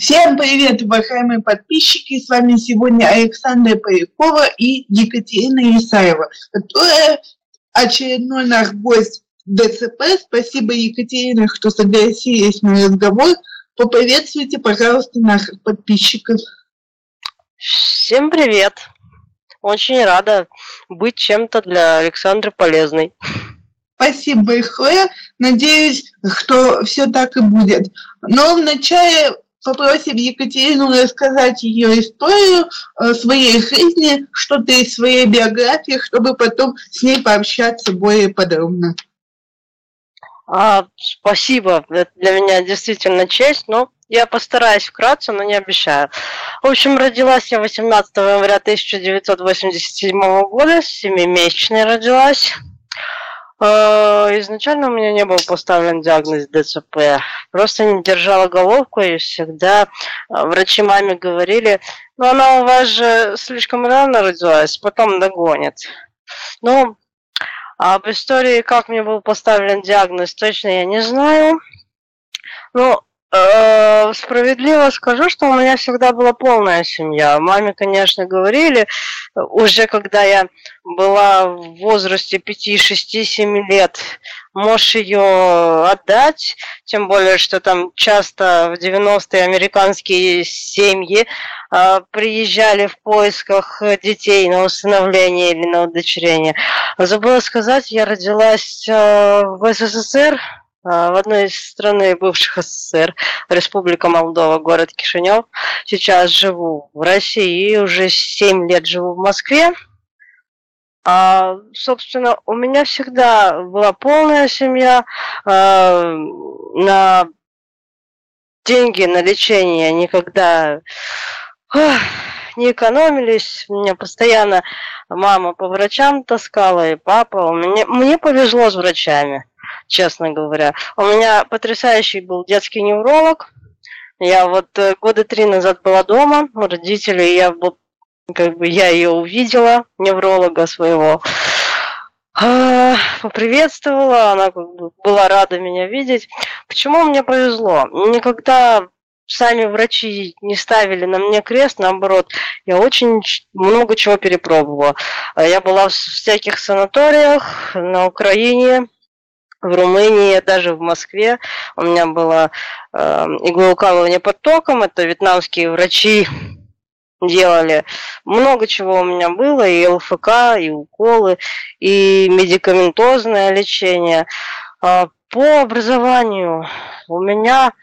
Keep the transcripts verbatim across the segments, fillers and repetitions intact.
Всем привет, уважаемые подписчики! С вами сегодня Александра Полякова и Екатерина Исаева, которая очередной наш гость ДЦП. Спасибо, Екатерина, что согласились на разговор. Поприветствуйте, пожалуйста, наших подписчиков. Всем привет! Очень рада быть чем-то для Александры полезной. Спасибо большое. Надеюсь, что все так и будет. Но вначале попросим Екатерину рассказать ее историю своей жизни, что-то из своей биографии, чтобы потом с ней пообщаться более подробно. А, спасибо, это для меня действительно честь, но я постараюсь вкратце, но не обещаю. В общем, родилась я восемнадцатого января тысяча девятьсот восемьдесят седьмого года, семимесячной родилась. Изначально у меня не был поставлен диагноз ДЦП, просто не держала головку, и всегда врачи маме говорили: ну она у вас же слишком рано родилась, потом догонит. Ну, а об истории, как мне был поставлен диагноз, точно я не знаю. Ну, э, справедливо скажу, что у меня всегда была полная семья. Маме, конечно, говорили, уже когда я была в возрасте пяти, шести, семи лет, можешь ее отдать, тем более, что там часто в девяностые американские семьи э, приезжали в поисках детей на усыновление или на удочерение. Забыла сказать, я родилась э, в СССР, в одной из стран бывших СССР, Республика Молдова, город Кишинев. Сейчас живу в России и уже семь лет живу в Москве. А, собственно, у меня всегда была полная семья. А, на деньги, на лечение никогда ах, не экономились. Меня постоянно мама по врачам таскала, и папа. У меня, мне повезло с врачами, честно говоря. У меня потрясающий был детский невролог. Я вот года три назад была дома у родителей, я, как бы, я ее увидела, невролога своего, поприветствовала, она как бы была рада меня видеть. Почему мне повезло? Никогда сами врачи не ставили на мне крест, наоборот, я очень много чего перепробовала. Я была в всяких санаториях на Украине, в Румынии, даже в Москве. У меня было э, иглоукалывание под током, это вьетнамские врачи делали. Много чего у меня было, и ЛФК, и уколы, и медикаментозное лечение. По образованию у меня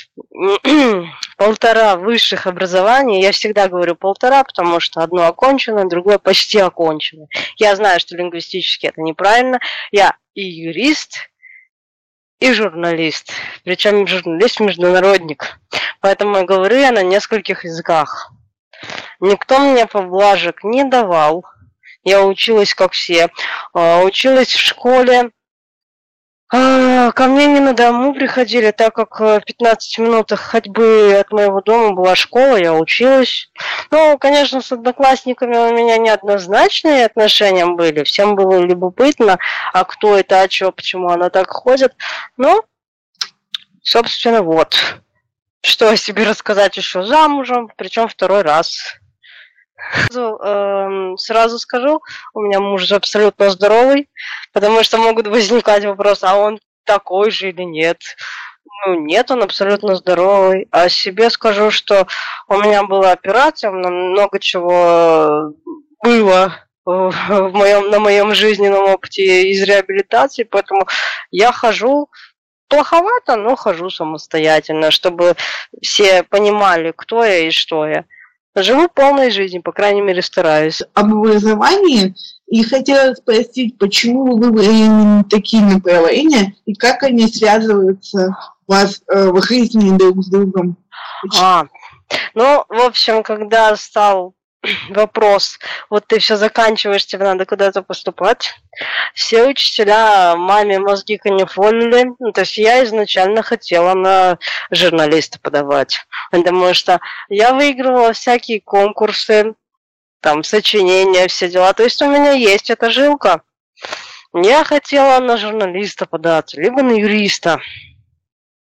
полтора высших образования. Я всегда говорю полтора, потому что одно окончено, другое почти окончено. Я знаю, что лингвистически это неправильно. Я и юрист, и журналист. Причем журналист-международник. Поэтому я говорю я на нескольких языках. Никто мне поблажек не давал. Я училась, как все. Училась в школе. Ко мне не на дому приходили, так как в пятнадцати минутах ходьбы от моего дома была школа, я училась. Ну, конечно, с одноклассниками у меня неоднозначные отношения были. Всем было любопытно, а кто это, а чё, почему она так ходит. Ну, собственно, вот. Что о себе рассказать, еще замужем, причем второй раз. Сразу, э, сразу скажу, у меня муж абсолютно здоровый, потому что могут возникать вопросы, а он такой же или нет. Ну, нет, он абсолютно здоровый. А себе скажу, что у меня была операция, много чего было в моем, на моем жизненном опыте из реабилитации, поэтому я хожу плоховато, но хожу самостоятельно, чтобы все понимали, кто я и что я. Живу полной жизнью, по крайней мере, стараюсь. Об образовании, и хотела спросить, почему вы выбрали именно такие направления, и как они связываются у вас э, в жизни друг с другом? А, ну, в общем, когда стал вопрос, вот ты все заканчиваешь, тебе надо куда-то поступать, все учителя маме мозги канифолили. Ну, то есть я изначально хотела на журналиста подавать, потому что я выигрывала всякие конкурсы, там, сочинения, все дела. То есть у меня есть эта жилка. Я хотела на журналиста податься, либо на юриста.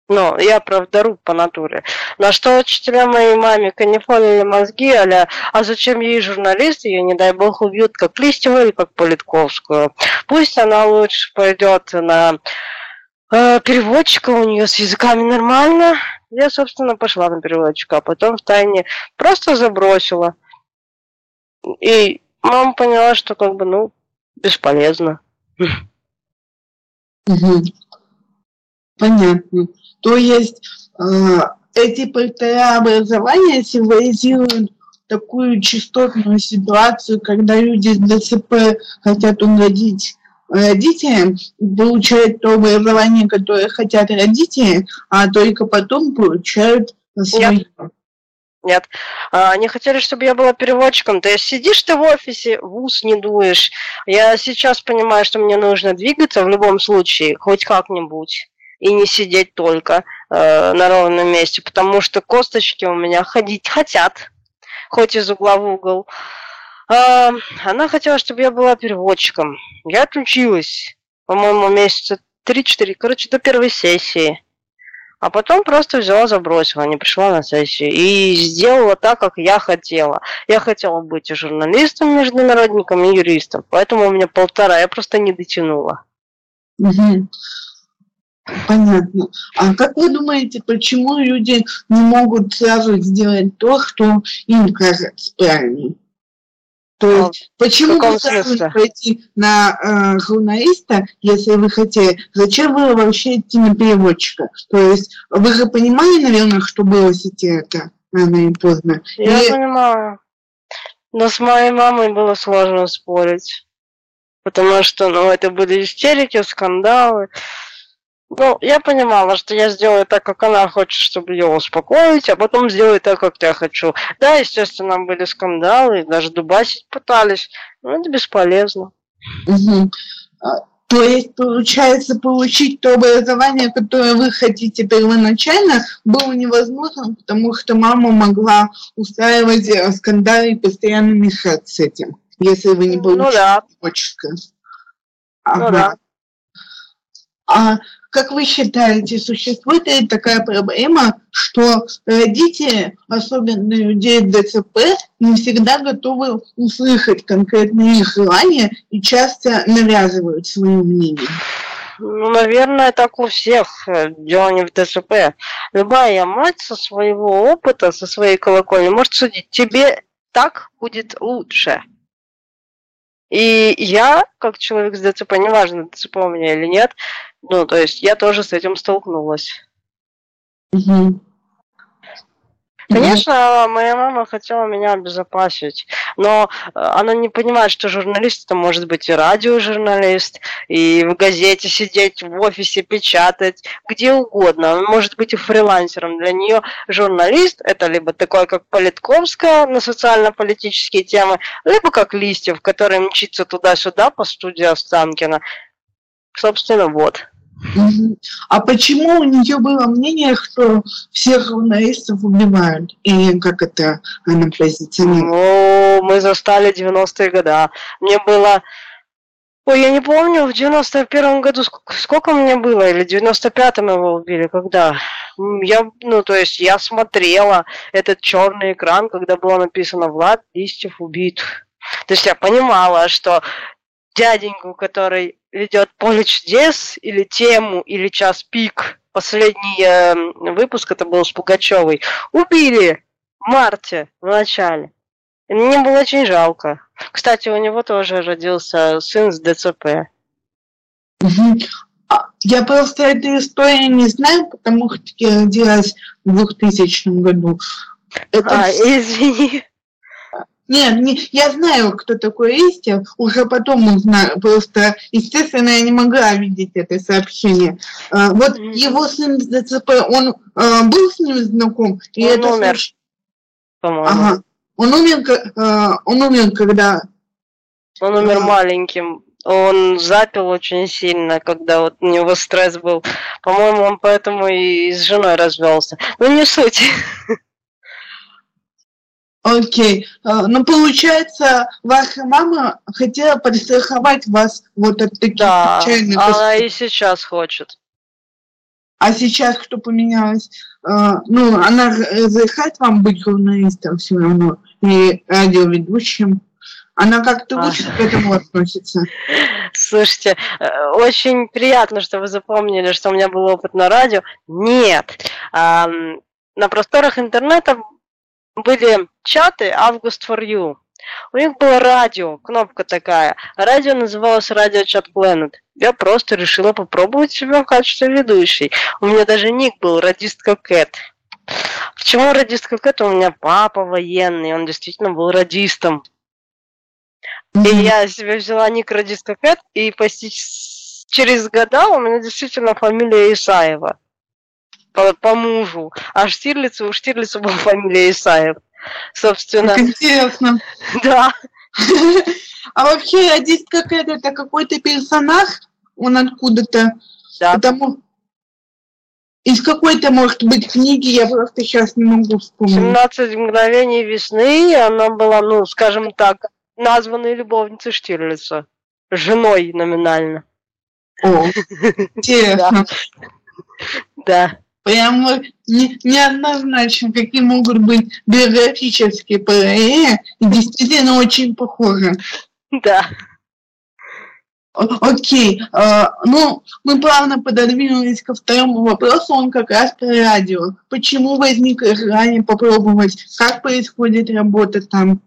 Ну, я правдоруб по натуре. На что учителя моей маме канифолили мозги, а а зачем ей журналист, ее, не дай бог, убьют как Листьеву или как Политковскую. Пусть она лучше пойдет на э, переводчика, у нее с языками нормально. Я, собственно, пошла на переводчика, а потом втайне просто забросила. И мама поняла, что как бы, ну, бесполезно. Угу. Понятно. То есть э, эти полтора образования символизируют такую частотную ситуацию, когда люди с ДЦП хотят угодить родителям, получают то образование, которое хотят родители, а только потом получают свое. Нет. Нет. Они хотели, чтобы я была переводчиком. То есть сидишь ты в офисе, в ус не дуешь. Я сейчас понимаю, что мне нужно двигаться в любом случае, хоть как-нибудь. И не сидеть только э, на ровном месте, потому что косточки у меня ходить хотят, хоть из угла в угол. Э, она хотела, чтобы я была переводчиком. Я отучилась, по-моему, месяца три-четыре, короче, до первой сессии. А потом просто взяла, забросила, не пришла на сессию. И сделала так, как я хотела. Я хотела быть и журналистом, международником, и юристом. Поэтому у меня полтора, я просто не дотянула. Угу. Понятно. А как вы думаете, почему люди не могут сразу сделать то, что им кажется правильным? То есть, а почему вы сразу пойти на э, журналиста, если вы хотели? Зачем вы вообще идти на переводчика? То есть, вы же понимали, наверное, что бросите это рано и поздно? Я Или... понимаю. Но с моей мамой было сложно спорить. Потому что, ну, это были истерики, скандалы. Ну, я понимала, что я сделаю так, как она хочет, чтобы ее успокоить, а потом сделаю так, как я хочу. Да, естественно, были скандалы, даже дубасить пытались, но это бесполезно. Угу. То есть, получается, получить то образование, которое вы хотите первоначально, было невозможно, потому что мама могла устраивать скандалы и постоянно мешать с этим, если вы не получите ну, да. почка. Ага. Ну да. А как вы считаете, существует ли такая проблема, что родители, особенно людей с ДЦП, не всегда готовы услышать конкретные их желания и часто навязывают свое мнение? Ну, наверное, так у всех, дело не в ДЦП. Любая мать со своего опыта, со своей колокольни может судить, тебе так будет лучше. И я, как человек с ДЦП, неважно, ДЦП у меня или нет, ну, то есть я тоже с этим столкнулась. Угу. Конечно, моя мама хотела меня обезопасить, но она не понимает, что журналист это может быть и радиожурналист, и в газете сидеть, в офисе печатать, где угодно. Он может быть и фрилансером. Для нее журналист это либо такой, как Политковская на социально-политические темы, либо как Листьев, который мчится туда-сюда по студии Останкина. Собственно, вот. А почему у нее было мнение, что всех журналистов убивают? И как это она позиционирует? Ну, мы застали девяностые годы. Мне было... Ой, я не помню, в девяносто первом году сколько, сколько мне было, или в девяносто пятом его убили, когда? Я, ну, то есть я смотрела этот черный экран, когда было написано «Влад Листьев убит». То есть я понимала, что дяденьку, который ведет «Поле чудес» или «Тему», или «Час пик», последний э, выпуск, это был с Пугачевой, убили в марте, в начале. И мне было очень жалко. Кстати, у него тоже родился сын с ДЦП. Угу. Я просто эту историю не знаю, потому что я родилась в двухтысячном году. Это... А, извини. Нет, не, я знаю, кто такой Листьев, уже потом узнаю. Просто, естественно, я не могла видеть это сообщение. А, вот mm-hmm. его сын с ДЦП, он а, был с ним знаком? Он и это умер, случай... по-моему. Ага. Он умер, а, он умер, когда... Он умер а... маленьким. Он запил очень сильно, когда вот у него стресс был. По-моему, он поэтому и с женой развелся. Ну, не суть. Окей. Okay. Ну, получается, ваша мама хотела подстраховать вас вот от таких да, печальных... она и сейчас хочет. А сейчас кто поменялась? Э, ну, она разрешает вам быть журналистом все равно и радиоведущим? Она как-то лучше к этому относится? Слушайте, очень приятно, что вы запомнили, что у меня был опыт на радио. Нет. На просторах интернета были чаты August for You. У них было радио, кнопка такая. Радио называлось Radio Chat Planet. Я просто решила попробовать себя в качестве ведущей. У меня даже ник был радистка Кэт. Почему радистка Кэт? У меня папа военный, он действительно был радистом. И я себе взяла ник радистка Кэт, и почти через года у меня действительно фамилия Исаева. По, по мужу. А Штирлицу, у Штирлица была фамилия Исаев. Собственно. Как интересно. Да. А вообще радистка Кэт это какой-то персонаж? Он откуда-то? Да. Потому... Из какой-то, может быть, книги, я просто сейчас не могу вспомнить. «семнадцать мгновений весны», она была, ну, скажем так, названной любовницей Штирлица. Женой номинально. О, интересно. Да. Прямо не, неоднозначно, какие могут быть биографические параллели, и действительно очень похожи. Да. Окей, а, ну, мы плавно пододвинулись ко второму вопросу, он как раз про радио. Почему возникло желание попробовать, как происходит работа там?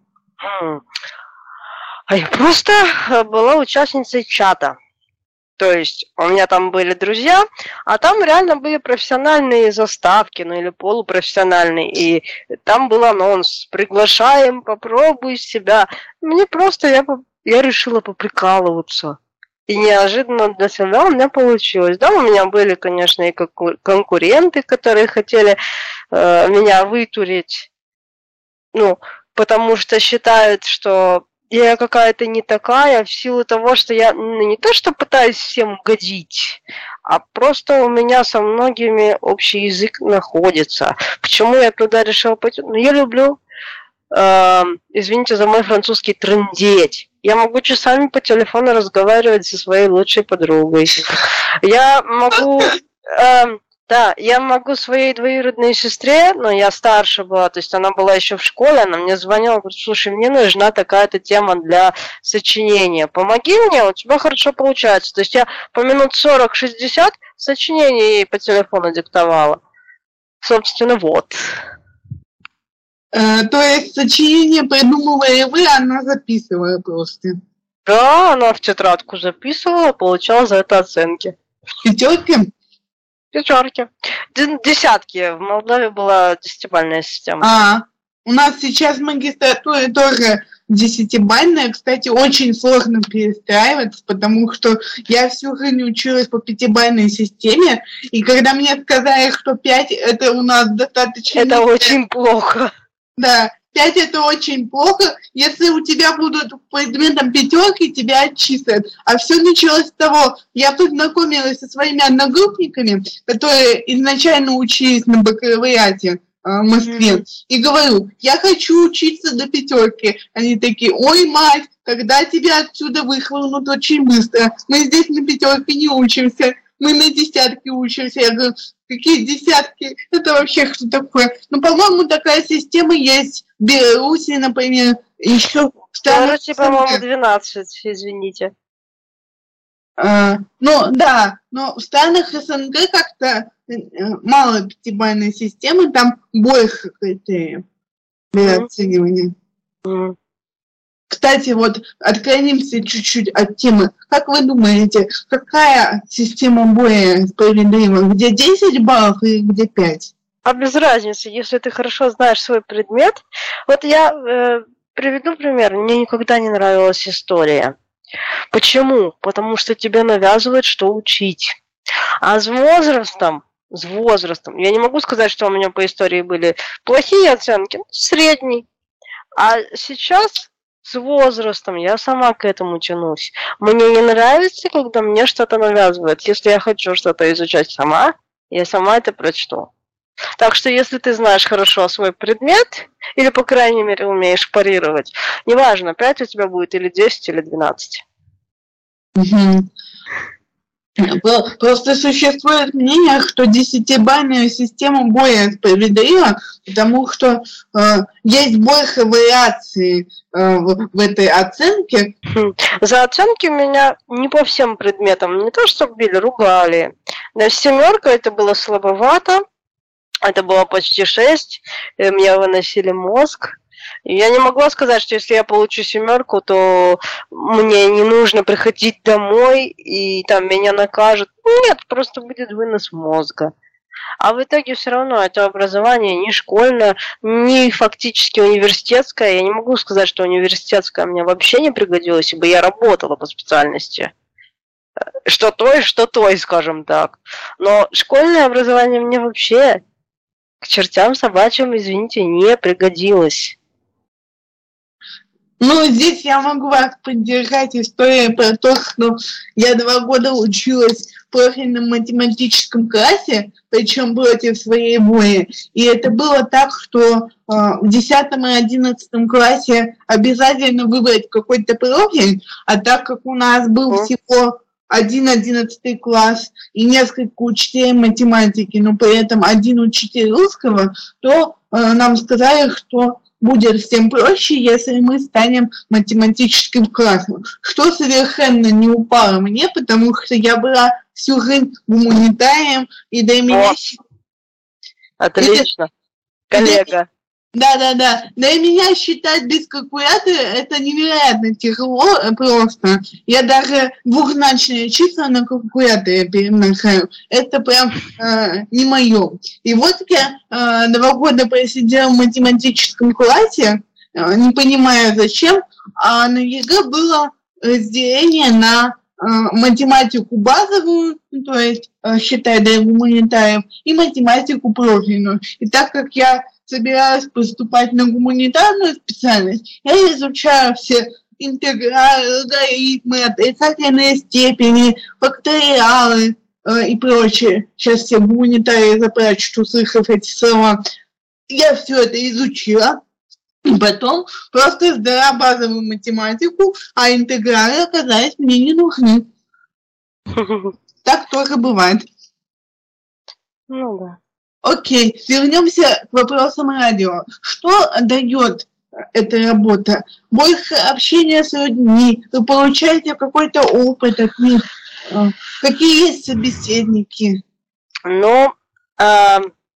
Я просто была участницей чата. То есть у меня там были друзья, а там реально были профессиональные заставки, ну или полупрофессиональные. И там был анонс: приглашаем, попробуй себя. Мне просто, я, я решила поприкалываться. И неожиданно для себя у меня получилось. Да, у меня были, конечно, и конкуренты, которые хотели э, меня вытурить. Ну, потому что считают, что я какая-то не такая, в силу того, что я ну, не то, что пытаюсь всем угодить, а просто у меня со многими общий язык находится. Почему я туда решила пойти? Ну, я люблю, э, извините за мой французский, трындеть. Я могу часами по телефону разговаривать со своей лучшей подругой. Я могу... Э, Да, я могу своей двоюродной сестре, но я старше была, то есть она была еще в школе, она мне звонила, говорит: слушай, мне нужна такая-то тема для сочинения, помоги мне, у тебя хорошо получается. То есть я по минут сорок-шестьдесят сочинение ей по телефону диктовала. Собственно, вот. Э, то есть сочинение придумывали вы, а она записывала просто? Да, она в тетрадку записывала, получала за это оценки. В пятерке? Пятерки. Десятки. В Молдавии была десятибалльная система. А, у нас сейчас в магистратуре тоже десятибалльная. Кстати, очень сложно перестраиваться, потому что я всю жизнь училась по пятибалльной системе, и когда мне сказали, что пять это у нас достаточно... Это очень плохо. Да, пять это очень плохо. Если у тебя будут предметом пятерки, тебя отчислят. А все началось с того, я познакомилась со своими одногруппниками, которые изначально учились на бакалавриате в Москве, mm-hmm. и говорю: я хочу учиться до пятерки. Они такие: ой, мать, когда тебя отсюда выхлынут очень быстро. Мы здесь на пятерке не учимся, мы на десятке учимся. Я говорю: какие десятки? Это вообще что такое? Ну, по-моему, такая система есть в Беларуси, например, еще в странах. В по-моему, двенадцать, извините. А, ну, да, но в странах СНГ как-то мало пятибалльной системы, там больше критериев для mm-hmm. оценивания. Mm-hmm. Кстати, вот отклонимся чуть-чуть от темы. Как вы думаете, какая система более справедлива? Где десять баллов или где пять? А без разницы, если ты хорошо знаешь свой предмет. Вот я э, приведу пример. Мне никогда не нравилась история. Почему? Потому что тебе навязывают, что учить. А с возрастом, с возрастом, я не могу сказать, что у меня по истории были плохие оценки, ну, средний. А сейчас с возрастом я сама к этому тянусь. Мне не нравится, когда мне что-то навязывают. Если я хочу что-то изучать сама, я сама это прочту. Так что если ты знаешь хорошо свой предмет, или, по крайней мере, умеешь парировать, неважно, пять у тебя будет или десять, или двенадцать. Угу. Просто существует мнение, что десятибалльная система более справедлива, потому что э, есть больше вариаций э, в, в этой оценке. За оценки меня не по всем предметам, не то что били, ругали. На семерка это было слабовато, это было почти шесть, и меня выносили мозг. И я не могла сказать, что если я получу семерку, то мне не нужно приходить домой и там меня накажут. Нет, просто будет вынос мозга. А в итоге все равно это образование не школьное, не фактически университетское. Я не могу сказать, что университетское мне вообще не пригодилось, ибо я работала по специальности. Что той, что той, скажем так. Но школьное образование мне вообще к чертям собачьим, извините, не пригодилось. Ну, здесь я могу вас поддержать историей про то, что я два года училась в профильном математическом классе, причем против своей воли. И это было так, что э, в десятом и одиннадцатом классе обязательно выбрать какой-то профиль, а так как у нас был всего один одиннадцатый класс и несколько учителей математики, но при этом один учитель русского, то э, нам сказали, что будет всем проще, если мы станем математическим классом. Что совершенно не упало мне, потому что я была всю жизнь гуманитарием, и для меня... Отлично, это... коллега. Да-да-да. Для меня считать без калькулятора это невероятно тяжело просто. Я даже двухзначные числа на калькуляторе переношаю. Это прям э, не мое. И вот я э, два года просидела в математическом классе, э, не понимая зачем, а на ЕГЭ было разделение на э, математику базовую, то есть э, считай для гуманитариев, и математику профильную. И так как я собираюсь поступать на гуманитарную специальность, я изучаю все интегралы, логарифмы, отрицательные степени, факториалы э, и прочее. Сейчас все гуманитарии заплачут, услышав эти слова. Я все это изучила, и потом просто сдала базовую математику, а интегралы оказались мне не нужны. Так тоже бывает. Ну да. Окей, вернемся к вопросам радио. Что дает эта работа? Больше общения с людьми, вы получаете какой-то опыт от них? Какие есть собеседники? Ну, э,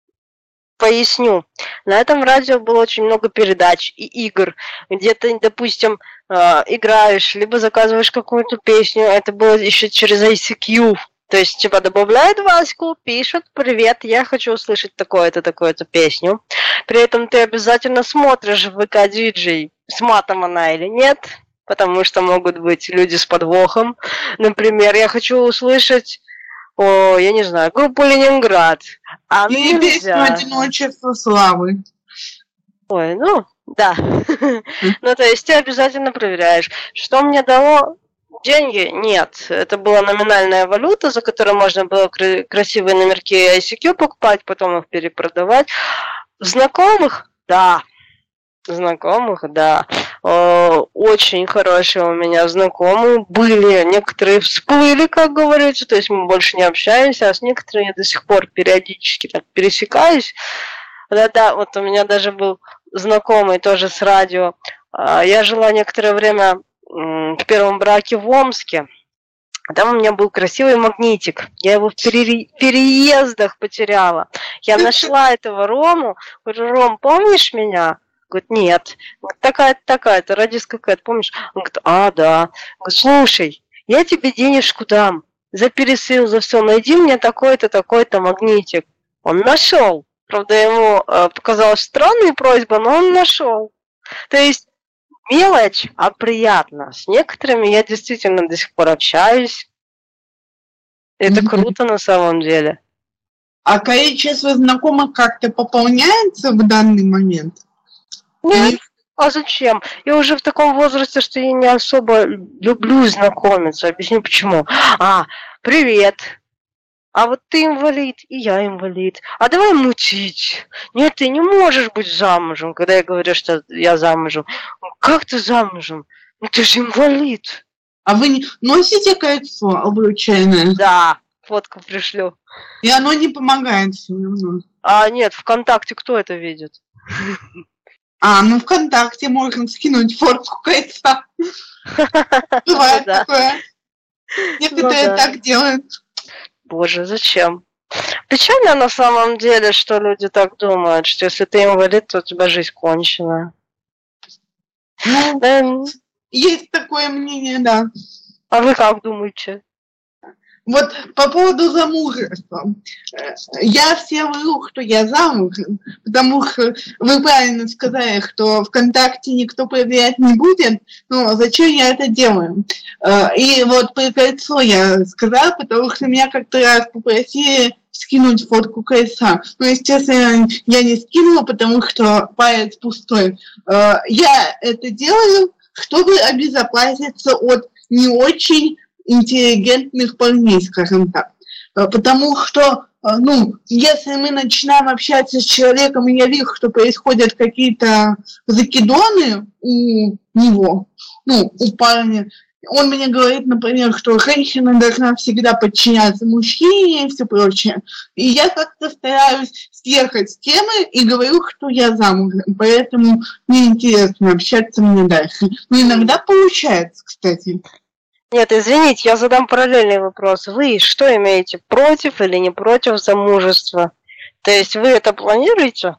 поясню. На этом радио было очень много передач и игр, где ты, допустим, э, играешь, либо заказываешь какую-то песню. Это было еще через ай си кью. То есть тебя добавляют Ваську, пишут: привет, я хочу услышать такое-то, такую-то песню. При этом ты обязательно смотришь в ВК диджей, с матом она или нет, потому что могут быть люди с подвохом. Например, я хочу услышать, о, я не знаю, группу Ленинград. А и нельзя. Песню «Одиночество славы». Ой, ну, да. Ну, то есть ты обязательно проверяешь, что мне дало. Деньги? Нет. Это была номинальная валюта, за которую можно было красивые номерки ай си кью покупать, потом их перепродавать. Знакомых? Да. Знакомых? Да. Очень хорошие у меня знакомые были. Некоторые всплыли, как говорится, то есть мы больше не общаемся, а с некоторыми я до сих пор периодически так пересекаюсь. Да-да, вот у меня даже был знакомый тоже с радио. Я жила некоторое время в первом браке в Омске. Там у меня был красивый магнитик. Я его в пере... переездах потеряла. Я нашла этого Рому. Говорю: Ром, помнишь меня? Говорит: нет. Говорит: такая-то, такая-то, радиска какая-то, помнишь? Он говорит: а, да. Говорит: слушай, я тебе денежку дам за пересыл, за все. Найди мне такой-то, такой-то магнитик. Он нашел. Правда, ему э, показалась странная просьба, но он нашел. То есть мелочь, а приятно. С некоторыми я действительно до сих пор общаюсь. Это mm-hmm. круто на самом деле. А количество знакомых как-то пополняется в данный момент? Нет. И... А зачем? Я уже в таком возрасте, что я не особо люблю знакомиться. Объясню почему. А, привет. А вот ты инвалид, и я инвалид. А давай мутить. Нет, ты не можешь быть замужем, когда я говорю, что я замужем. Как ты замужем? Ну ты же инвалид. А вы не носите кольцо обручальное? Да, фотку пришлю. И оно не помогает все равно. А нет, ВКонтакте кто это видит? А, ну ВКонтакте можно скинуть фотку кольца. Бывает такое. Некоторые так делают. Боже, зачем? Печально на самом деле, что люди так думают, что если ты инвалид, то у тебя жизнь кончена. Ну, да. Есть такое мнение, да. А вы как думаете? Вот по поводу замужества. Я все вру, что я замужем, потому что вы правильно сказали, что ВКонтакте никто проверять не будет, но зачем я это делаю? И вот про кольцо я сказала, потому что меня как-то раз попросили скинуть фотку кольца. Но, естественно, я не скинула, потому что палец пустой. Я это делаю, чтобы обезопаситься от не очень интеллигентных парней, скажем так. Потому что, ну, если мы начинаем общаться с человеком, и я вижу, что происходят какие-то закидоны у него, ну, у парня, он мне говорит, например, что женщина должна всегда подчиняться мужчине и все прочее. И я как-то стараюсь съехать с темы и говорю, что я замужем, поэтому мне интересно общаться мне дальше. Но иногда получается, кстати. Нет, извините, я задам параллельный вопрос. Вы что имеете, против или не против замужества? То есть вы это планируете?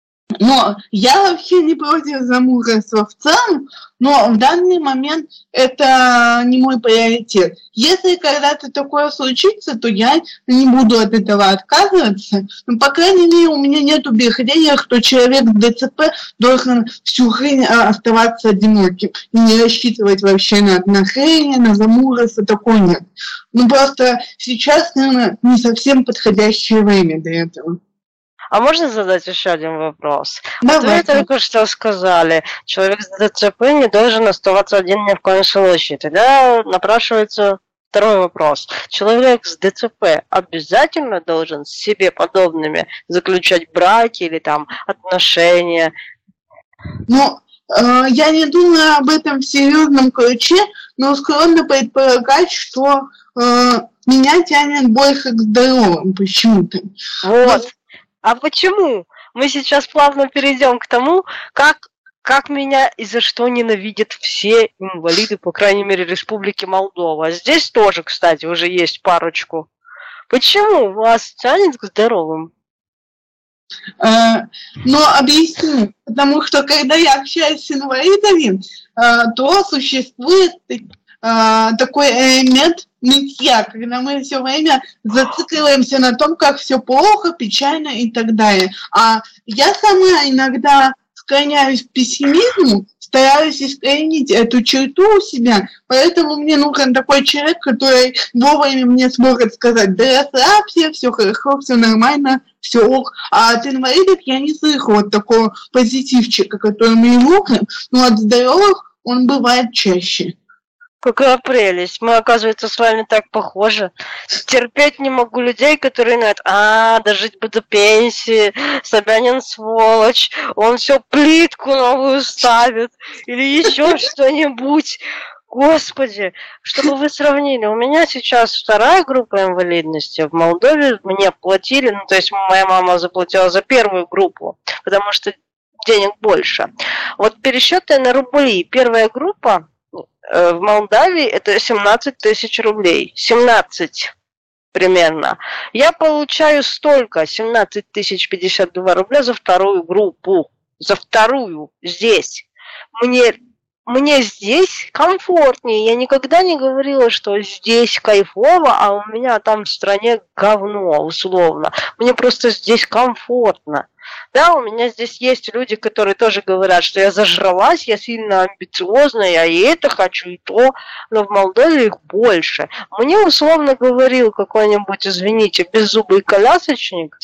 Но я вообще не против замужества в целом, но в данный момент это не мой приоритет. Если когда-то такое случится, то я не буду от этого отказываться. Но, по крайней мере, у меня нет убеждения, что человек с ДЦП должен всю жизнь оставаться одиноким и не рассчитывать вообще на отношения, на замужество, такое нет. Ну, просто сейчас, наверное, не совсем подходящее время для этого. А можно задать еще один вопрос? Давай. Вот вы только что сказали, человек с ДЦП не должен оставаться один ни в коем случае. Тогда напрашивается второй вопрос. Человек с ДЦП обязательно должен с себе подобными заключать браки или там отношения? Ну, э, я не думаю об этом в серьезном ключе, но склонна предполагать, что э, меня тянет больше к здоровым почему-то. Вот. вот. А почему? Мы сейчас плавно перейдем к тому, как, как меня и за что ненавидят все инвалиды, по крайней мере, Республики Молдова. Здесь тоже, кстати, уже есть парочку. Почему вас тянет к здоровым? Э, но объясню. Потому что, когда я общаюсь с инвалидами, э, то существует Uh, такой элемент нытья, когда мы все время зацикливаемся на том, как все плохо, печально и так далее. А я сама иногда склоняюсь к пессимизму, стараюсь искоренить эту черту у себя, поэтому мне нужен такой человек, который вовремя мне сможет сказать: да расслабься, все хорошо, все нормально, все ок. А от инвалидов я не слышу вот такого позитивчика, который мне нужен, но от здоровых он бывает чаще. Какая прелесть. Мы, оказывается, с вами так похожи. Терпеть не могу людей, которые говорят: а, дожить бы до пенсии, Собянин сволочь, он все плитку новую ставит, или еще что-нибудь. Господи, чтобы вы сравнили, у меня сейчас вторая группа инвалидности. В Молдове мне платили, ну, то есть моя мама заплатила за первую группу, потому что денег больше. Вот пересчеты на рубли. Первая группа в Молдавии это семнадцать тысяч рублей. семнадцать примерно. Я получаю столько, семнадцать тысяч пятьдесят два рубля за вторую группу. За вторую здесь. Мне, мне здесь комфортнее. Я никогда не говорила, что здесь кайфово, а у меня там в стране говно, условно. Мне просто здесь комфортно. Да, у меня здесь есть люди, которые тоже говорят, что я зажралась, я сильно амбициозная, я и это хочу, и то, но в Молдове их больше. Мне условно говорил какой-нибудь, извините, беззубый колясочник.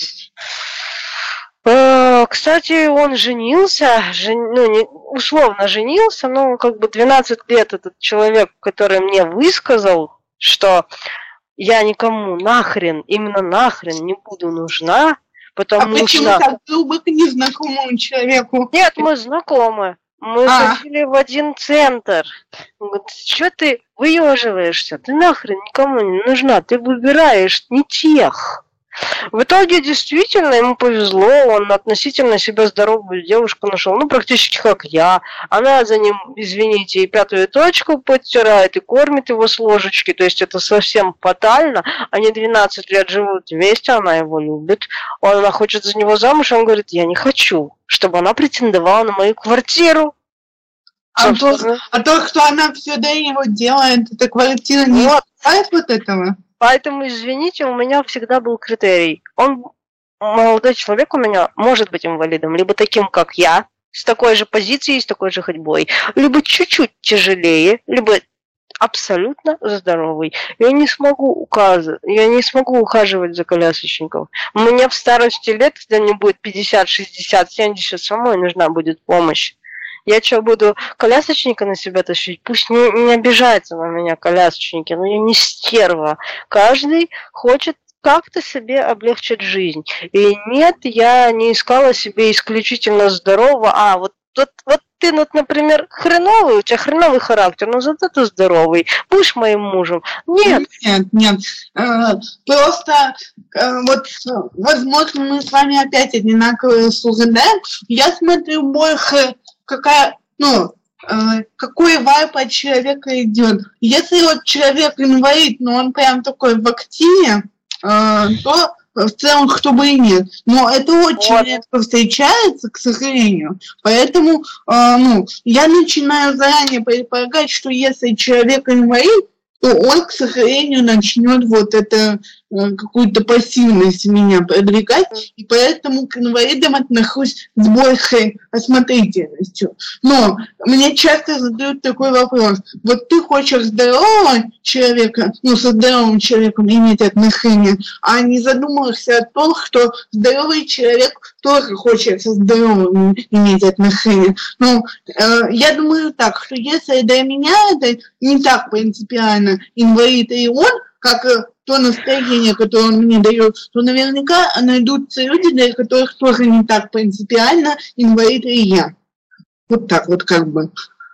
Кстати, он женился, жен... ну, не... условно женился, но как бы двенадцать лет этот человек, который мне высказал, что я никому нахрен, именно нахрен не буду нужна, потому а почему что... так грубо к незнакомому человеку? Нет, мы знакомы. Мы а. ходили в один центр. Он говорит: что ты выеживаешься, ты нахрен никому не нужна, ты выбираешь не тех. В итоге действительно ему повезло, он относительно себя здоровую девушку нашел, ну практически как я. Она за ним, извините, и пятую точку подтирает, и кормит его с ложечки, то есть это совсем фатально. Они двенадцать лет живут вместе, она его любит, она хочет за него замуж, он говорит, я не хочу, чтобы она претендовала на мою квартиру. А то, а то, что она все для него делает, эта квартира не вот. Стоит вот этого? Поэтому, извините, у меня всегда был критерий. Он, молодой человек у меня, может быть инвалидом, либо таким, как я, с такой же позицией, с такой же ходьбой, либо чуть-чуть тяжелее, либо абсолютно здоровый. Я не смогу указывать, я не смогу ухаживать за колясочником. Мне в старости лет, когда мне будет пятьдесят, шестьдесят, семьдесят, самой нужна будет помощь. Я что, буду колясочника на себя тащить? Пусть не, не обижаются на меня колясочники, но я не стерва. Каждый хочет как-то себе облегчить жизнь. И нет, я не искала себе исключительно здорового. А, вот, вот, вот ты, вот, например, хреновый, у тебя хреновый характер, но зато ты здоровый. Будешь моим мужем? Нет. Нет, нет. Э, просто, э, вот, возможно, мы с вами опять одинаковые суждаем. Я смотрю больше... какая, ну, э, какой вайп от человека идет. Если вот человек инвалид, но он прям такой в активе, э, то в целом кто бы и нет. Но это очень вот. Редко встречается, к сожалению. Поэтому, э, ну, я начинаю заранее предполагать, что если человек инвалид, то он, к сожалению, начнет вот это какую-то пассивность в меня продвигать, и поэтому к инвалидам отношусь с большей осмотрительностью. Но мне часто задают такой вопрос. Вот ты хочешь здорового человека, ну, со здоровым человеком иметь отношения, а не задумываешься о том, что здоровый человек тоже хочет со здоровым иметь отношения. Ну, э, я думаю так, что если для меня это не так принципиально, инвалид и он, как то настроение, которое он мне дает, то наверняка найдутся люди, для которых тоже не так принципиально инвалид и я. Вот так вот как бы.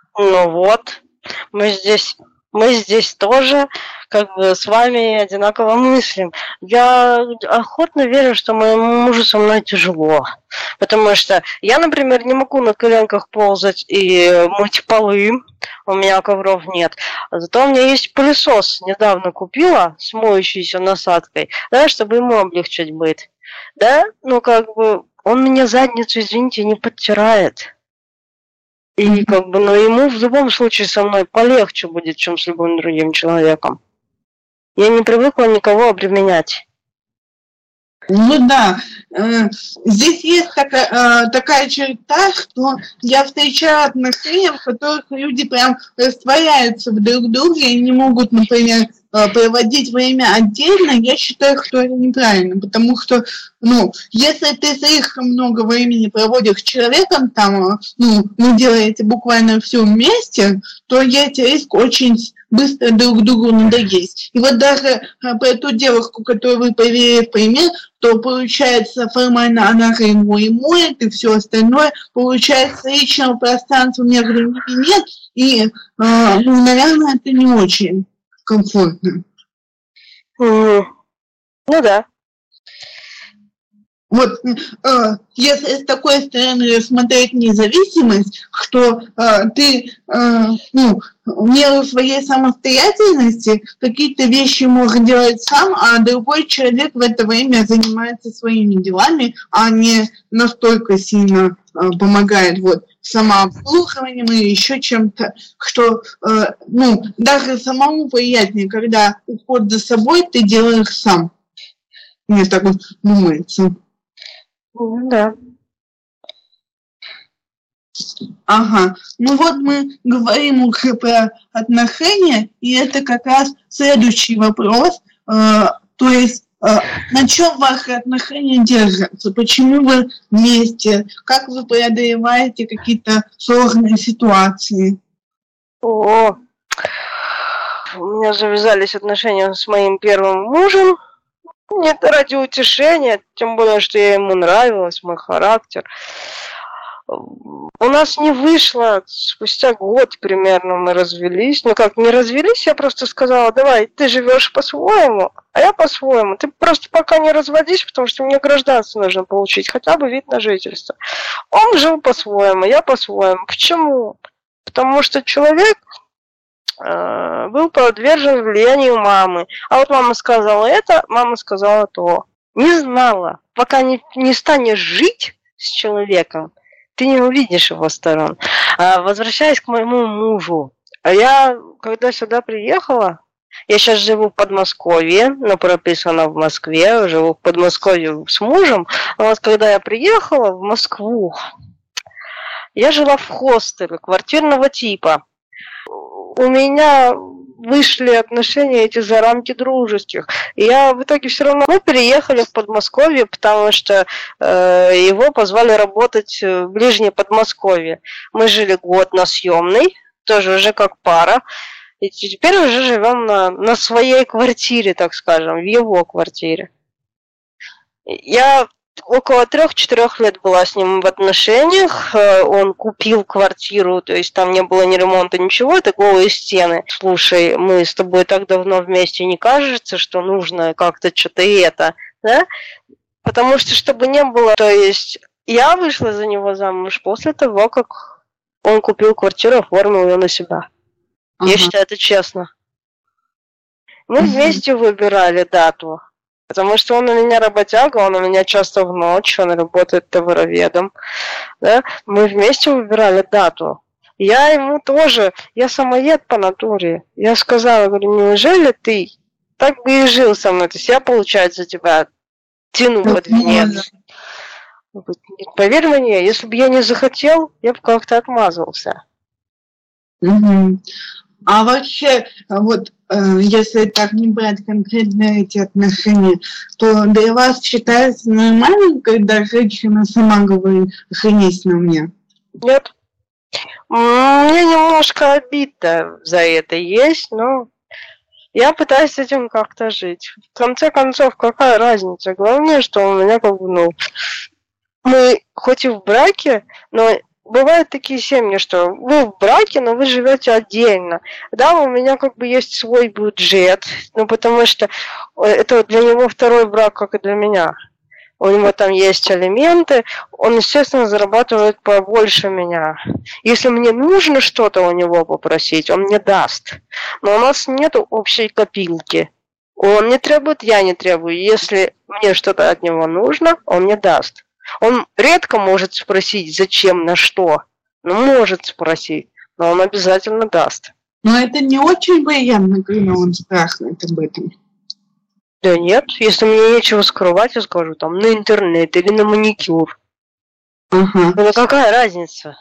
Ну вот, мы здесь, мы здесь тоже как бы с вами одинаково мыслим. Я охотно верю, что моему мужу со мной тяжело. Потому что я, например, не могу на коленках ползать и мыть полы. У меня ковров нет. Зато у меня есть пылесос. Недавно купила с моющейся насадкой, да, чтобы ему облегчить быт. Да, ну как бы он мне задницу, извините, не подтирает. И как бы, но ему в любом случае со мной полегче будет, чем с любым другим человеком. Я не привыкла никого обременять. Ну да, э, здесь есть такая, э, такая черта, что я встречаю отношения, в которых люди прям растворяются в друг друге и не могут, например, э, проводить время отдельно. Я считаю, что это неправильно, потому что, ну, если ты слишком много времени проводишь с человеком, там, ну, вы делаете буквально все вместе, то есть риск очень быстро друг другу надоесть. И вот даже а, про ту девушку, которую вы привели в пример, то получается формально она же ему и моет, и все остальное, получается личного пространства между ними нет, и, а, ну, наверное, это не очень комфортно. Mm. Ну да. Вот, э, если с такой стороны рассмотреть независимость, что э, ты, э, ну, в меру своей самостоятельности какие-то вещи можешь делать сам, а другой человек в это время занимается своими делами, а не настолько сильно э, помогает вот самообслуживанием или еще чем-то, что, э, ну, даже самому приятнее, когда уход за собой ты делаешь сам. Мне так вот думается. Ну да. Ага. Ну вот мы говорим уже про отношения, и это как раз следующий вопрос. Э, то есть, э, на чем ваши отношения держатся? Почему вы вместе? Как вы преодолеваете какие-то сложные ситуации? О, у меня завязались отношения с моим первым мужем. Нет, ради утешения, тем более, что я ему нравилась, мой характер. У нас не вышло, спустя год примерно мы развелись. Ну как, не развелись, я просто сказала, давай, ты живешь по-своему, а я по-своему. Ты просто пока не разводись, потому что мне гражданство нужно получить, хотя бы вид на жительство. Он жил по-своему, я по-своему. Почему? Потому что человек э, был подвержен влиянию мамы. А вот мама сказала это, мама сказала то. Не знала. Пока не, не станешь жить с человеком, ты не увидишь его сторон. А, возвращаясь к моему мужу. Я, когда сюда приехала, я сейчас живу в Подмосковье, но прописана в Москве, живу в Подмосковье с мужем. А вот когда я приехала в Москву, я жила в хостеле квартирного типа. У меня вышли отношения эти за рамки дружеских. И я в итоге все равно... Мы переехали в Подмосковье, потому что э, его позвали работать в ближнее Подмосковье. Мы жили год на съемной, тоже уже как пара. И теперь уже живем на, на своей квартире, так скажем, в его квартире. Я около трех-четырех лет была с ним в отношениях. Он купил квартиру, то есть там не было ни ремонта, ничего, это голые стены. Слушай, мы с тобой так давно вместе, не кажется, что нужно как-то что-то и это, да? Потому что, чтобы не было, то есть я вышла за него замуж после того, как он купил квартиру, оформил ее на себя. Ага. Я считаю, это честно. Мы вместе выбирали дату. Потому что он у меня работяга, он у меня часто в ночь, он работает товароведом. Да? Мы вместе выбирали дату. Я ему тоже, я самоед по натуре. Я сказала, говорю, неужели ты так бы и жил со мной? То есть я, получается, тебя тяну под венец. Поверь мне, если бы я не захотел, я бы как-то отмазался. Угу. А вообще, вот, э, если так не брать конкретно эти отношения, то для вас считается нормально, когда женщина сама говорит, женись на мне? Нет. Мне немножко обидно за это есть, но я пытаюсь с этим как-то жить. В конце концов, какая разница? Главное, что у меня как бы, ну, мы хоть и в браке, но... Бывают такие семьи, что вы в браке, но вы живете отдельно. Да, у меня как бы есть свой бюджет, ну потому что это для него второй брак, как и для меня. У него там есть алименты, он, естественно, зарабатывает побольше меня. Если мне нужно что-то у него попросить, он мне даст. Но у нас нет общей копилки. Он не требует, я не требую. Если мне что-то от него нужно, он мне даст. Он редко может спросить, зачем, на что. Ну, может спросить, но он обязательно даст. Но это не очень приятно, когда он спрашивает об этом. Да нет, если мне нечего скрывать, я скажу там на интернет или на маникюр. Ага. Ну, какая разница?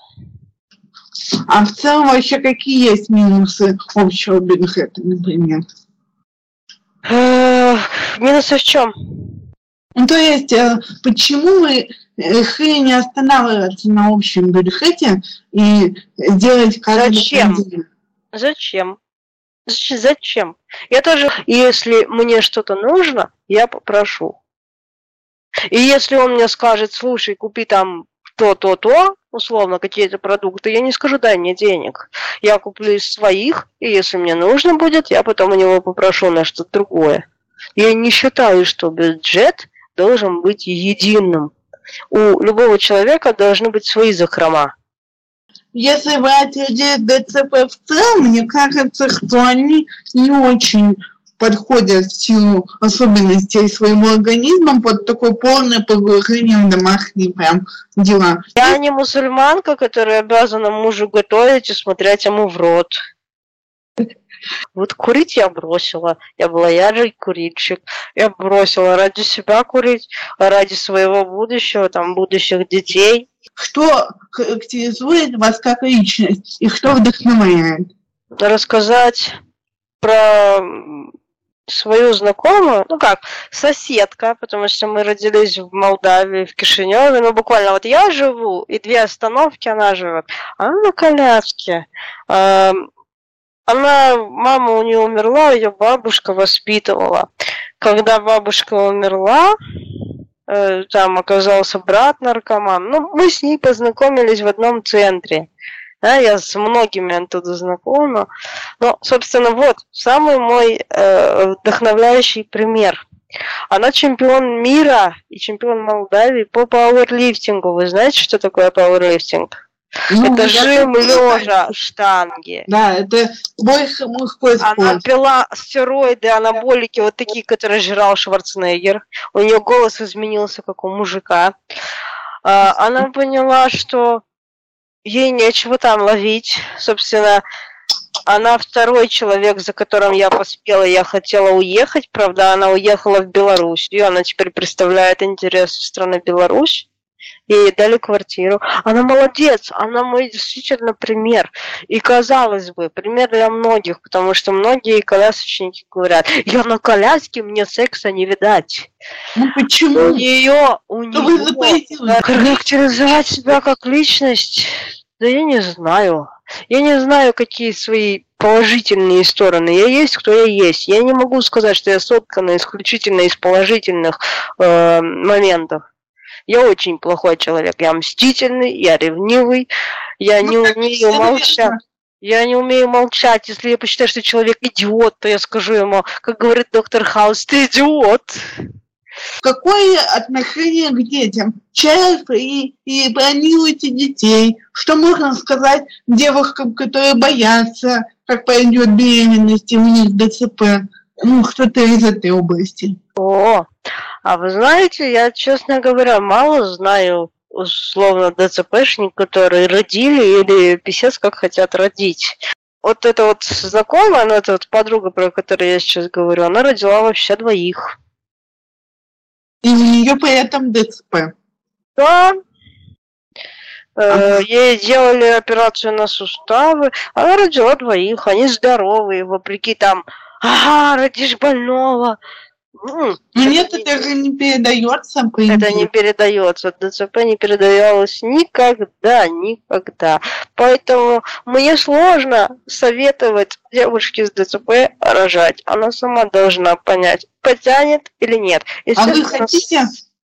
А в целом вообще какие есть минусы общего бюджета, например? Минусы в чем? Ну, то есть, почему мы решили не останавливаться на общем бюджете и делать каждый Зачем? День? Зачем? Зачем? Я тоже, если мне что-то нужно, я попрошу. И если он мне скажет, слушай, купи там то-то-то, условно, какие-то продукты, я не скажу, дай мне денег. Я куплю из своих, и если мне нужно будет, я потом у него попрошу на что-то другое. Я не считаю, что бюджет должен быть единым. У любого человека должны быть свои закрома. Если брать людей ДЦП в целом, мне кажется, что они не очень подходят в силу особенностей своего организма под такое полное погружение в домашние прям дела. Я не мусульманка, которая обязана мужу готовить и смотреть ему в рот. Вот курить я бросила. Я была ярый курильщик. Я бросила ради себя курить, ради своего будущего, там, будущих детей. Что характеризует вас как личность и что вдохновляет? Рассказать про свою знакомую, ну как, соседка, потому что мы родились в Молдавии, в Кишиневе, ну буквально вот я живу, и две остановки она живет. Она на коляске. Она, мама у нее умерла, ее бабушка воспитывала. Когда бабушка умерла, э, там оказался брат наркоман. Ну, мы с ней познакомились в одном центре. Да, я с многими оттуда знакома. Но, собственно, вот самый мой э, вдохновляющий пример. Она чемпион мира и чемпион Молдавии по пауэрлифтингу. Вы знаете, что такое пауэрлифтинг? Ну, это жим лежа штанги. Да, это больше мужской спорт. Она пила стероиды, анаболики, вот такие, которые жрал Шварценеггер. У нее голос изменился, как у мужика. Она поняла, что ей нечего там ловить. Собственно, она второй человек, за которым я поспела. Я хотела уехать, правда, она уехала в Белоруссию. Она теперь представляет интересы страны Беларусь. Ей дали квартиру. Она молодец, она мой действительно пример. И, казалось бы, пример для многих, потому что многие колясочники говорят, я на коляске, мне секса не видать. Ну почему? У нее, у нее характеризовать себя как личность, да я не знаю. Я не знаю, какие свои положительные стороны. Я есть, кто я есть. Я не могу сказать, что я соткана исключительно из положительных э, моментов. Я очень плохой человек. Я мстительный, я ревнивый, я ну, не умею молчать. Я не умею молчать. Если я посчитаю, что человек идиот, то я скажу ему, как говорит доктор Хаус, ты идиот. Какое отношение к детям? Часто и, и бронируете детей. Что можно сказать девушкам, которые боятся, как пойдет беременность, и у них ДЦП? Ну, что-то из этой области. О, а вы знаете, я, честно говоря, мало знаю, условно, ДЦПшник, которые родили или писец как хотят родить. Вот эта вот знакомая, ну, эта вот подруга, про которую я сейчас говорю, она родила вообще двоих. И у нее при этом ДЦП. Да. Ага. Ей делали операцию на суставы, она родила двоих, они здоровые, вопреки там, ага, родишь больного. Ну, нет, это, это же не передается. Это не передается. ДЦП не передавалось никогда, никогда. Поэтому мне сложно советовать девушке с ДЦП рожать. Она сама должна понять, потянет или нет. А вы хотите?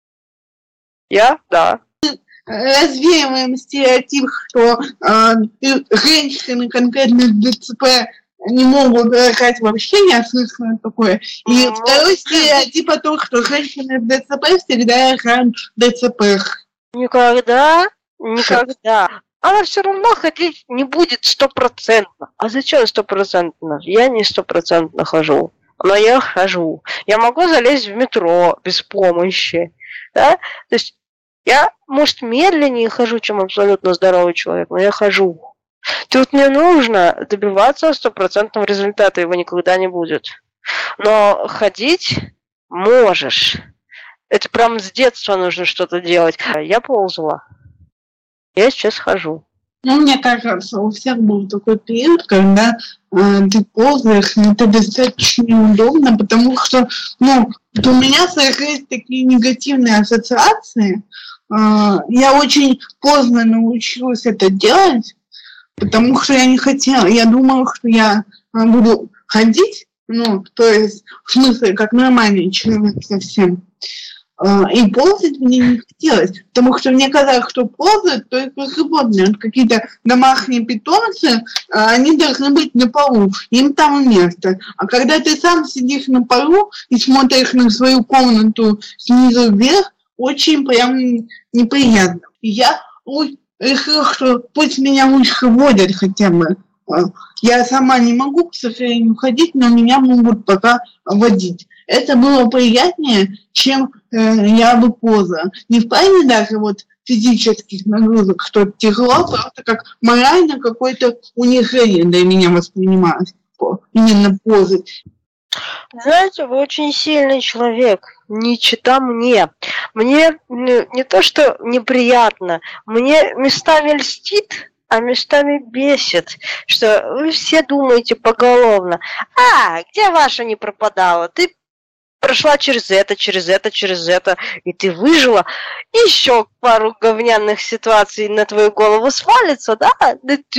Я? Да. Развеиваем стереотип, что э, женщины конкретно с ДЦП не могут рожать вообще, я слышала такое. И mm-hmm. второй стереотип о том, что женщины с ДЦП всегда рожают ДЦП. Никогда, никогда. Она все равно ходить не будет стопроцентно. А зачем стопроцентно? Я не стопроцентно хожу. Но я хожу. Я могу залезть в метро без помощи. Да? То есть я, может, медленнее хожу, чем абсолютно здоровый человек, но я хожу. Тут не нужно добиваться стопроцентного результата, его никогда не будет. Но ходить можешь. Это прям с детства нужно что-то делать. Я ползала. Я сейчас хожу. Ну, мне кажется, у всех был такой период, когда э, ты ползаешь, но это достаточно неудобно, потому что, ну, у меня сложились такие негативные ассоциации. Э, я очень поздно научилась это делать, потому что я не хотела. Я думала, что я э, буду ходить, ну, то есть, в смысле, как нормальный человек совсем. И ползать мне не хотелось, потому что мне казалось, что ползают только животные. Вот какие-то домашние питомцы, они должны быть на полу, им там место. А когда ты сам сидишь на полу и смотришь на свою комнату снизу вверх, очень прям неприятно. И я решила, что пусть меня лучше водят хотя бы. Я сама не могу, к сожалению, ходить, но меня могут пока водить. Это было приятнее, чем э, я бы ползала. Не в плане даже вот физических нагрузок, что тяжело, просто как морально какое-то унижение для меня воспринималось. Именно ползать. Знаете, вы очень сильный человек, не чита мне. Мне не, не то, что неприятно, мне местами льстит, а местами бесит, что вы все думаете поголовно. А, где ваша не пропадала? Ты прошла через это, через это, через это, и ты выжила. Еще пару говняных ситуаций на твою голову свалится, да? Ты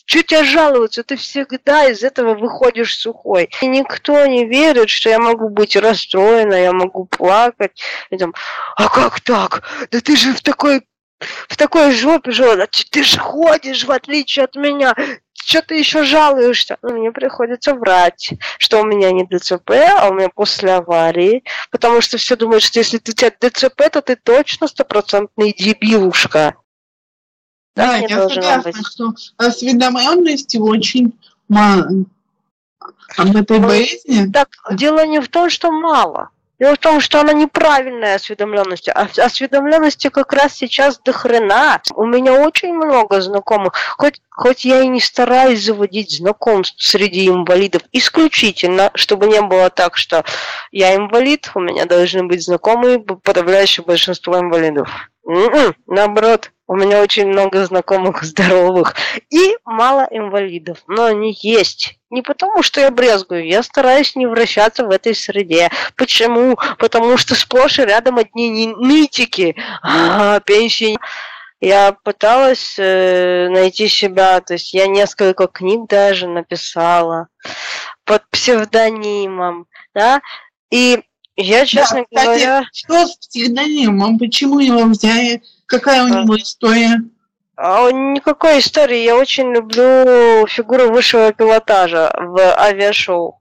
Что тебе жаловаться? Ты всегда из этого выходишь сухой. И никто не верит, что я могу быть расстроена, я могу плакать. И там, а как так? Да ты же в такой, в такой жопе жила. Ты же ходишь, в отличие от меня. Что ты еще жалуешься? Ну, мне приходится врать, что у меня не ДЦП, а у меня после аварии. Потому что все думают, что если у тебя ДЦП, то ты точно стопроцентный дебилушка. Да, я согласна, что осведомленности очень мало об этой болезни. Так, дело не в том, что мало. Дело в том, что она неправильная осведомленность. А осведомленности как раз сейчас до хрена. У меня очень много знакомых. Хоть, хоть я и не стараюсь заводить знакомств среди инвалидов исключительно, чтобы не было так, что я инвалид, у меня должны быть знакомые, подавляющее большинство инвалидов. М-м, наоборот, у меня очень много знакомых здоровых и мало инвалидов, но они есть. Не потому, что я брезгую, я стараюсь не вращаться в этой среде. Почему? Потому что сплошь и рядом одни нытики, а, пенсии. Я пыталась э, найти себя, то есть я несколько книг даже написала под псевдонимом, да, и я, честно да, кстати, говоря... Что с псевдонимом? Почему его взяли? Какая у него история? А, никакой истории. Я очень люблю фигуру высшего пилотажа в авиашоу.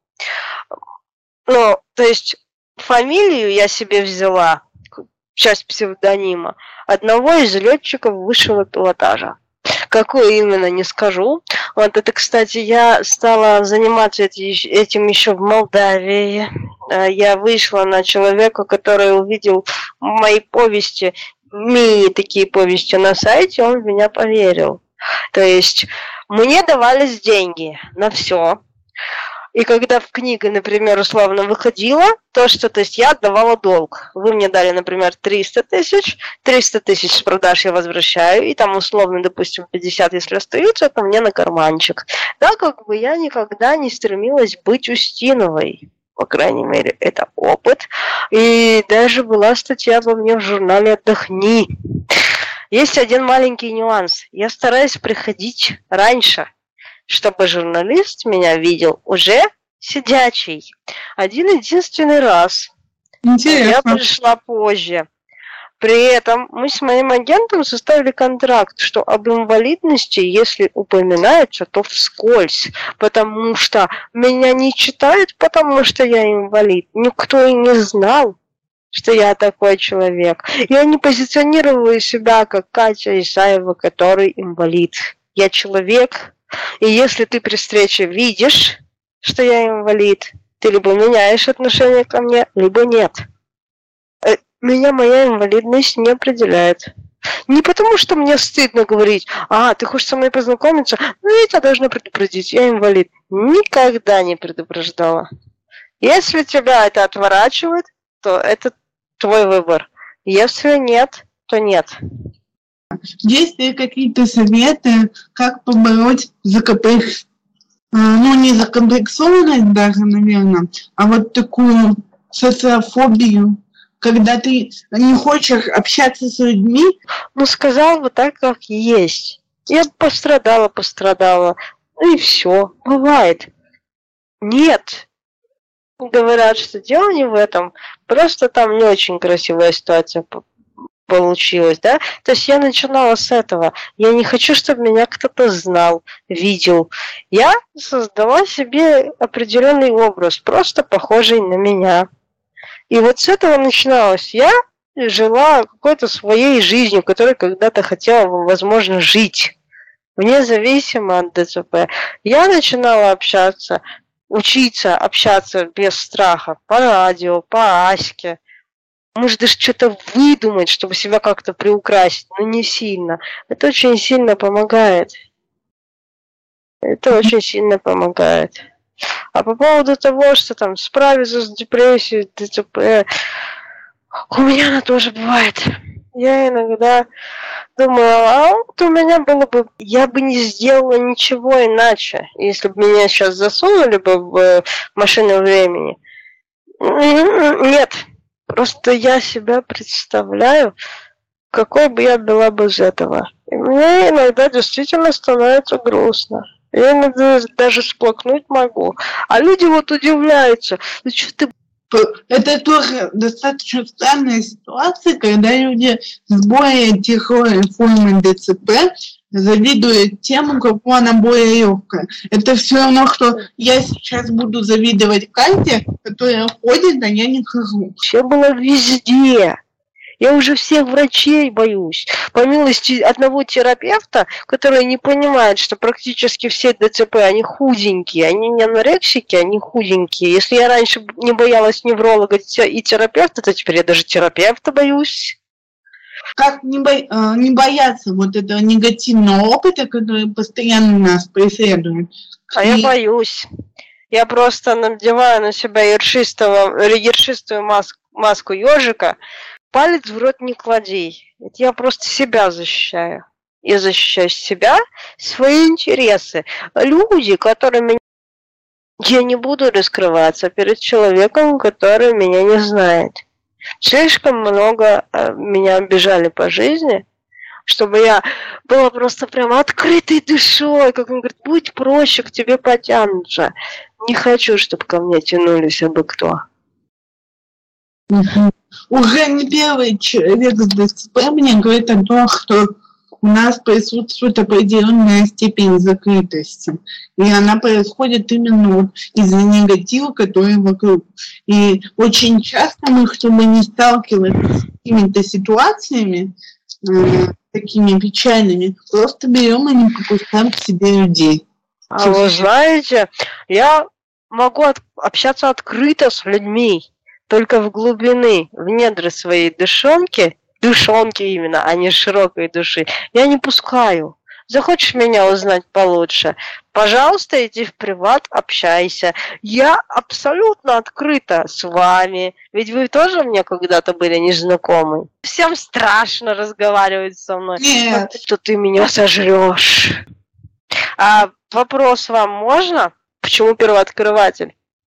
Ну, то есть фамилию я себе взяла, часть псевдонима, одного из летчиков высшего пилотажа. Какую именно, не скажу. Вот это, кстати, я стала заниматься этим еще в Молдавии. Я вышла на человека, который увидел мои повести, мини такие повести на сайте, он в меня поверил. То есть мне давались деньги на все. И когда в книге, например, условно выходила, то, что, то есть я отдавала долг. Вы мне дали, например, триста тысяч, триста тысяч с продаж я возвращаю, и там условно, допустим, пятьдесят, если остаются, это мне на карманчик. Да, как бы я никогда не стремилась быть Устиновой. По крайней мере, это опыт. И даже была статья обо мне в журнале «Отдохни». Есть один маленький нюанс. Я стараюсь приходить раньше, чтобы журналист меня видел уже сидячий. Один-единственный раз. Интересно. Я пришла позже. При этом мы с моим агентом составили контракт, что об инвалидности, если упоминается, то вскользь. Потому что меня не читают, потому что я инвалид. Никто и не знал, что я такой человек. Я не позиционирую себя как Катя Исаева, который инвалид. Я человек. И если ты при встрече видишь, что я инвалид, ты либо меняешь отношение ко мне, либо нет. Меня моя инвалидность не определяет. Не потому, что мне стыдно говорить, а, ты хочешь со мной познакомиться? Ну, я тебя должна предупредить, я инвалид. Никогда не предупреждала. Если тебя это отворачивает, то это твой выбор. Если нет, то нет. Есть ли какие-то советы, как побороть закомплекс... ну, не закомплексованность даже, наверное, а вот такую социофобию, когда ты не хочешь общаться с людьми? Ну, сказал бы так, как есть. Я пострадала, пострадала. Ну и все. Бывает. Нет. Говорят, что дело не в этом. Просто там не очень красивая ситуация получилось, да? То есть я начинала с этого. Я не хочу, чтобы меня кто-то знал, видел. Я создала себе определенный образ, просто похожий на меня. И вот с этого начиналось. Я жила какой-то своей жизнью, которой когда-то хотела, возможно, жить. Вне зависимо от ДЦП. Я начинала общаться, учиться общаться без страха по радио, по Аське. Может, даже что-то выдумать, чтобы себя как-то приукрасить, но не сильно. Это очень сильно помогает. Это очень сильно помогает. А по поводу того, что там справиться с депрессией, ДЦП, у меня она тоже бывает. Я иногда думаю, а вот у меня было бы... Я бы не сделала ничего иначе, если бы меня сейчас засунули бы в машину времени. Нет. Просто я себя представляю, какой бы я была без этого. И мне иногда действительно становится грустно. Я иногда даже сплакнуть могу. А люди вот удивляются. Ну что ты... Это тоже достаточно странная ситуация, когда люди с более тяжелой формой ДЦП завидуют тем, у кого она более легкая. Это все равно, что я сейчас буду завидовать Кате, которая ходит, а я не хожу. Все было везде. Я уже всех врачей боюсь. По милости одного терапевта, который не понимает, что практически все ДЦП, они худенькие, они не анорексики, они худенькие. Если я раньше не боялась невролога и терапевта, то теперь я даже терапевта боюсь. Как не, бо... не бояться вот этого негативного опыта, который постоянно нас преследует? А и... я боюсь. Я просто надеваю на себя ершистого, ершистую маску, маску ежика. Палец в рот не клади. Это я просто себя защищаю. Я защищаю себя, свои интересы. Люди, которыми я не буду раскрываться перед человеком, который меня не знает. Слишком много меня обижали по жизни, чтобы я была просто прям открытой душой. Как он говорит, будь проще, к тебе потянутся. Не хочу, чтобы ко мне тянулись абы кто. Угу. Уже не первый человек с ДЦП мне говорит о том, что у нас присутствует определенная степень закрытости. И она происходит именно вот из-за негатива, который вокруг. И очень часто мы, чтобы не сталкиваться с какими-то ситуациями, э, такими печальными, просто берем и не пропускаем к себе людей. А вы знаете, я могу от- общаться открыто с людьми, только в глубины, в недры своей душонки, душонки именно, а не широкой души, я не пускаю. Захочешь меня узнать получше? Пожалуйста, иди в приват, общайся. Я абсолютно открыта с вами, ведь вы тоже мне когда-то были незнакомы. Всем страшно разговаривать со мной. Нет. Что ты меня сожрешь. А вопрос вам можно? Почему первооткрыватель?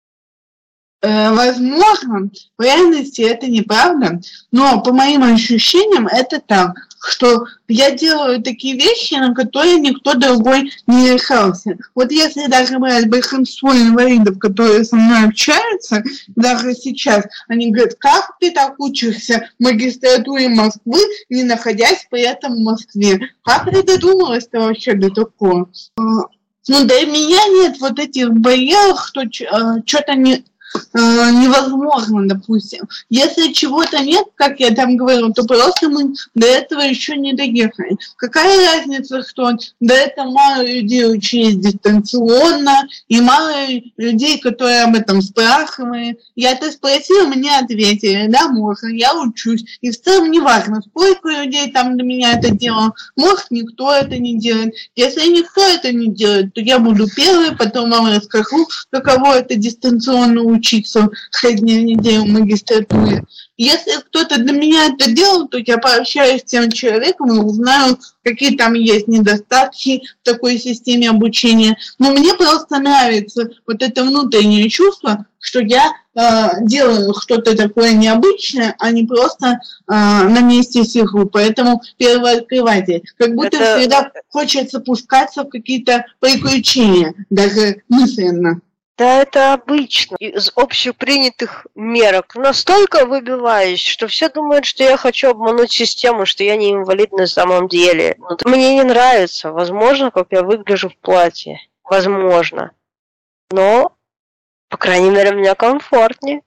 Э, возможно, в реальности это неправда, но по моим ощущениям это так, что я делаю такие вещи, на которые никто другой не решался. Вот если даже брать большинство инвалидов, которые со мной общаются, даже сейчас, они говорят, как ты так учишься в магистратуре Москвы, не находясь при этом в Москве? Как ты додумалась-то вообще до такого? Ну, для меня нет вот этих барьеров, что что-то не... невозможно, допустим. Если чего-то нет, как я там говорила, то просто мы до этого еще не доехали. Какая разница, что до этого мало людей учились дистанционно, и мало людей, которые об этом спрашивали. Я это спросила, мне ответили, да, можно, я учусь. И в целом не важно, сколько людей там для меня это делало. Может, никто это не делает. Если никто это не делает, то я буду первой, потом вам расскажу, каково это дистанционно учиться. учиться среднюю неделю в магистратуре. Если кто-то для меня это делал, то я пообщаюсь с тем человеком и узнаю, какие там есть недостатки в такой системе обучения. Но мне просто нравится вот это внутреннее чувство, что я э, делаю что-то такое необычное, а не просто э, на месте сижу. Поэтому первооткрыватель. Как будто это... всегда хочется пускаться в какие-то приключения, даже мысленно. Да, это обычно. Из общепринятых мерок настолько выбиваюсь, что все думают, что я хочу обмануть систему, что я не инвалид на самом деле. Но мне не нравится. Возможно, как я выгляжу в платье. Возможно. Но, по крайней мере, мне комфортнее.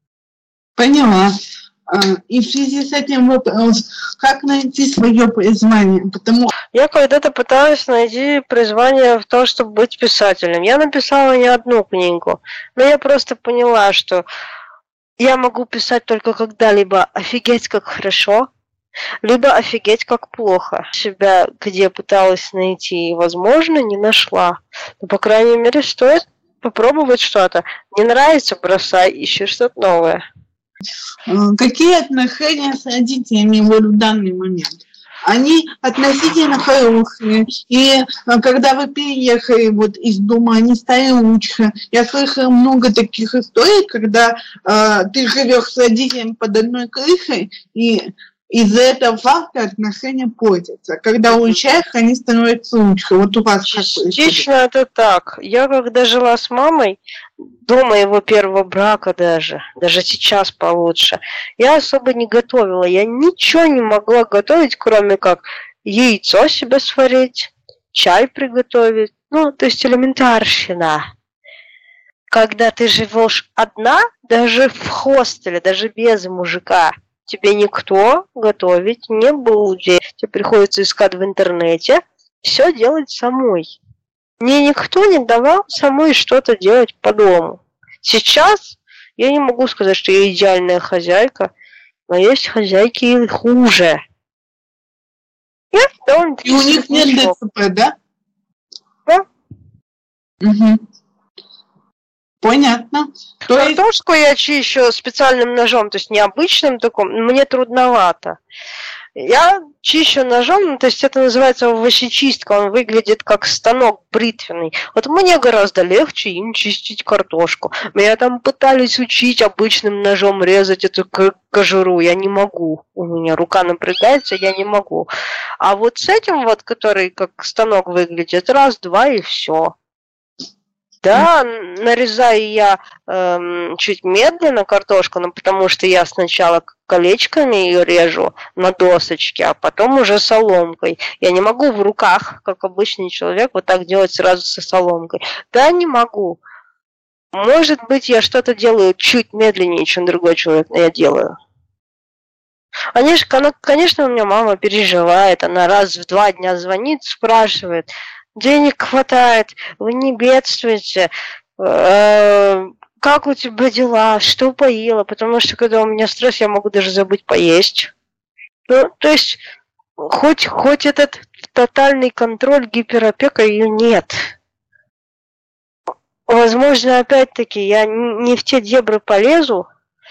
Поняла. И в связи с этим вопрос, как найти свое призвание? Потому я когда-то пыталась найти призвание в том, чтобы быть писателем. Я написала не одну книгу, но я просто поняла, что я могу писать только когда-либо офигеть как хорошо, либо офигеть как плохо. Себя где пыталась найти, возможно, не нашла. Но, по крайней мере, стоит попробовать что-то. Не нравится, бросай, ищи что-то новое. Какие отношения с родителями вот в данный момент? Они относительно хорошие, и когда вы переехали вот из дома, они стали лучше. Я слышала много таких историй, когда э, ты живешь с родителями под одной крышей, и из-за этого факта отношения портятся. Когда уезжаешь, они становятся лучше. Вот у вас как происходит? Частично это так. Я когда жила с мамой, до моего первого брака даже, даже сейчас получше, я особо не готовила. Я ничего не могла готовить, кроме как яйцо себе сварить, чай приготовить. Ну, то есть элементарщина. Когда ты живешь одна, даже в хостеле, даже без мужика, тебе никто готовить не будет. Тебе приходится искать в интернете, все делать самой. Мне никто не давал самой что-то делать по дому. Сейчас я не могу сказать, что я идеальная хозяйка, но есть хозяйки и хуже. Я довольно-таки И у них нет ДЦП, да? Да. Угу. Понятно. То Картошку есть... я чищу специальным ножом, то есть необычным таком, мне трудновато. Я чищу ножом, ну, то есть это называется овощечистка, он выглядит как станок бритвенный. Вот мне гораздо легче им чистить картошку. Меня там пытались учить обычным ножом резать эту кожуру, я не могу. У меня рука напрягается, я не могу. А вот с этим вот, который как станок выглядит, раз, два и все. Да, нарезаю я эм, чуть медленно картошку, но потому что я сначала колечками ее режу на досочке, а потом уже соломкой. Я не могу в руках, как обычный человек, вот так делать сразу со соломкой. Да, не могу. Может быть, я что-то делаю чуть медленнее, чем другой человек, но я делаю. Конечно, конечно, у меня мама переживает, она раз в два дня звонит, спрашивает, денег хватает, вы не бедствуете, э, как у тебя дела, что поела, потому что когда у меня стресс, я могу даже забыть поесть. Ну, то есть, хоть, хоть этот тотальный контроль, гиперопека ее нет. Возможно, опять-таки, я не в те дебри полезу,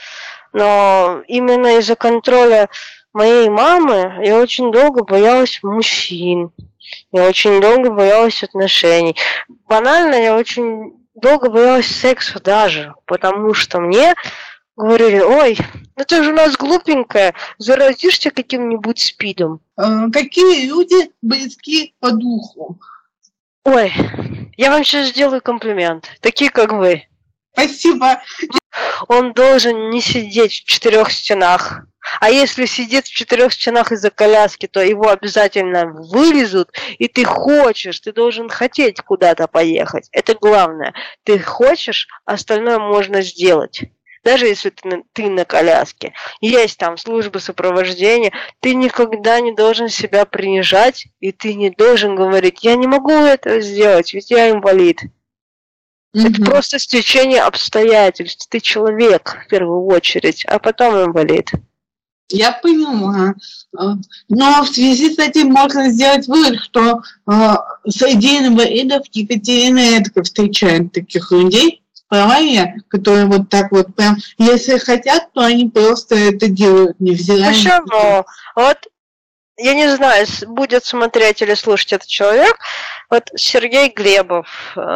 но именно из-за контроля моей мамы я очень долго боялась мужчин. Я очень долго боялась отношений. Банально, я очень долго боялась секса даже, потому что мне говорили, ой, ну ты же у нас глупенькая, заразишься каким-нибудь спидом. А, какие люди близки по духу? Ой, я вам сейчас сделаю комплимент. Такие, как вы. Спасибо. Он должен не сидеть в четырех стенах. А если сидит в четырех стенах из-за коляски, то его обязательно вылезут, и ты хочешь, ты должен хотеть куда-то поехать. Это главное. Ты хочешь, остальное можно сделать. Даже если ты на, ты на коляске. Есть там служба сопровождения, ты никогда не должен себя принижать, и ты не должен говорить, я не могу этого сделать, ведь я инвалид. Mm-hmm. Это просто стечение обстоятельств. Ты человек в первую очередь, а потом инвалид. Я поняла. Но в связи с этим можно сделать вывод, что среди инвалидов Екатерина редко встречает таких людей, правильно, которые вот так вот прям, если хотят, то они просто это делают, невзирая. Почему? Вот я не знаю, будет смотреть или слушать этот человек. Вот Сергей Глебов,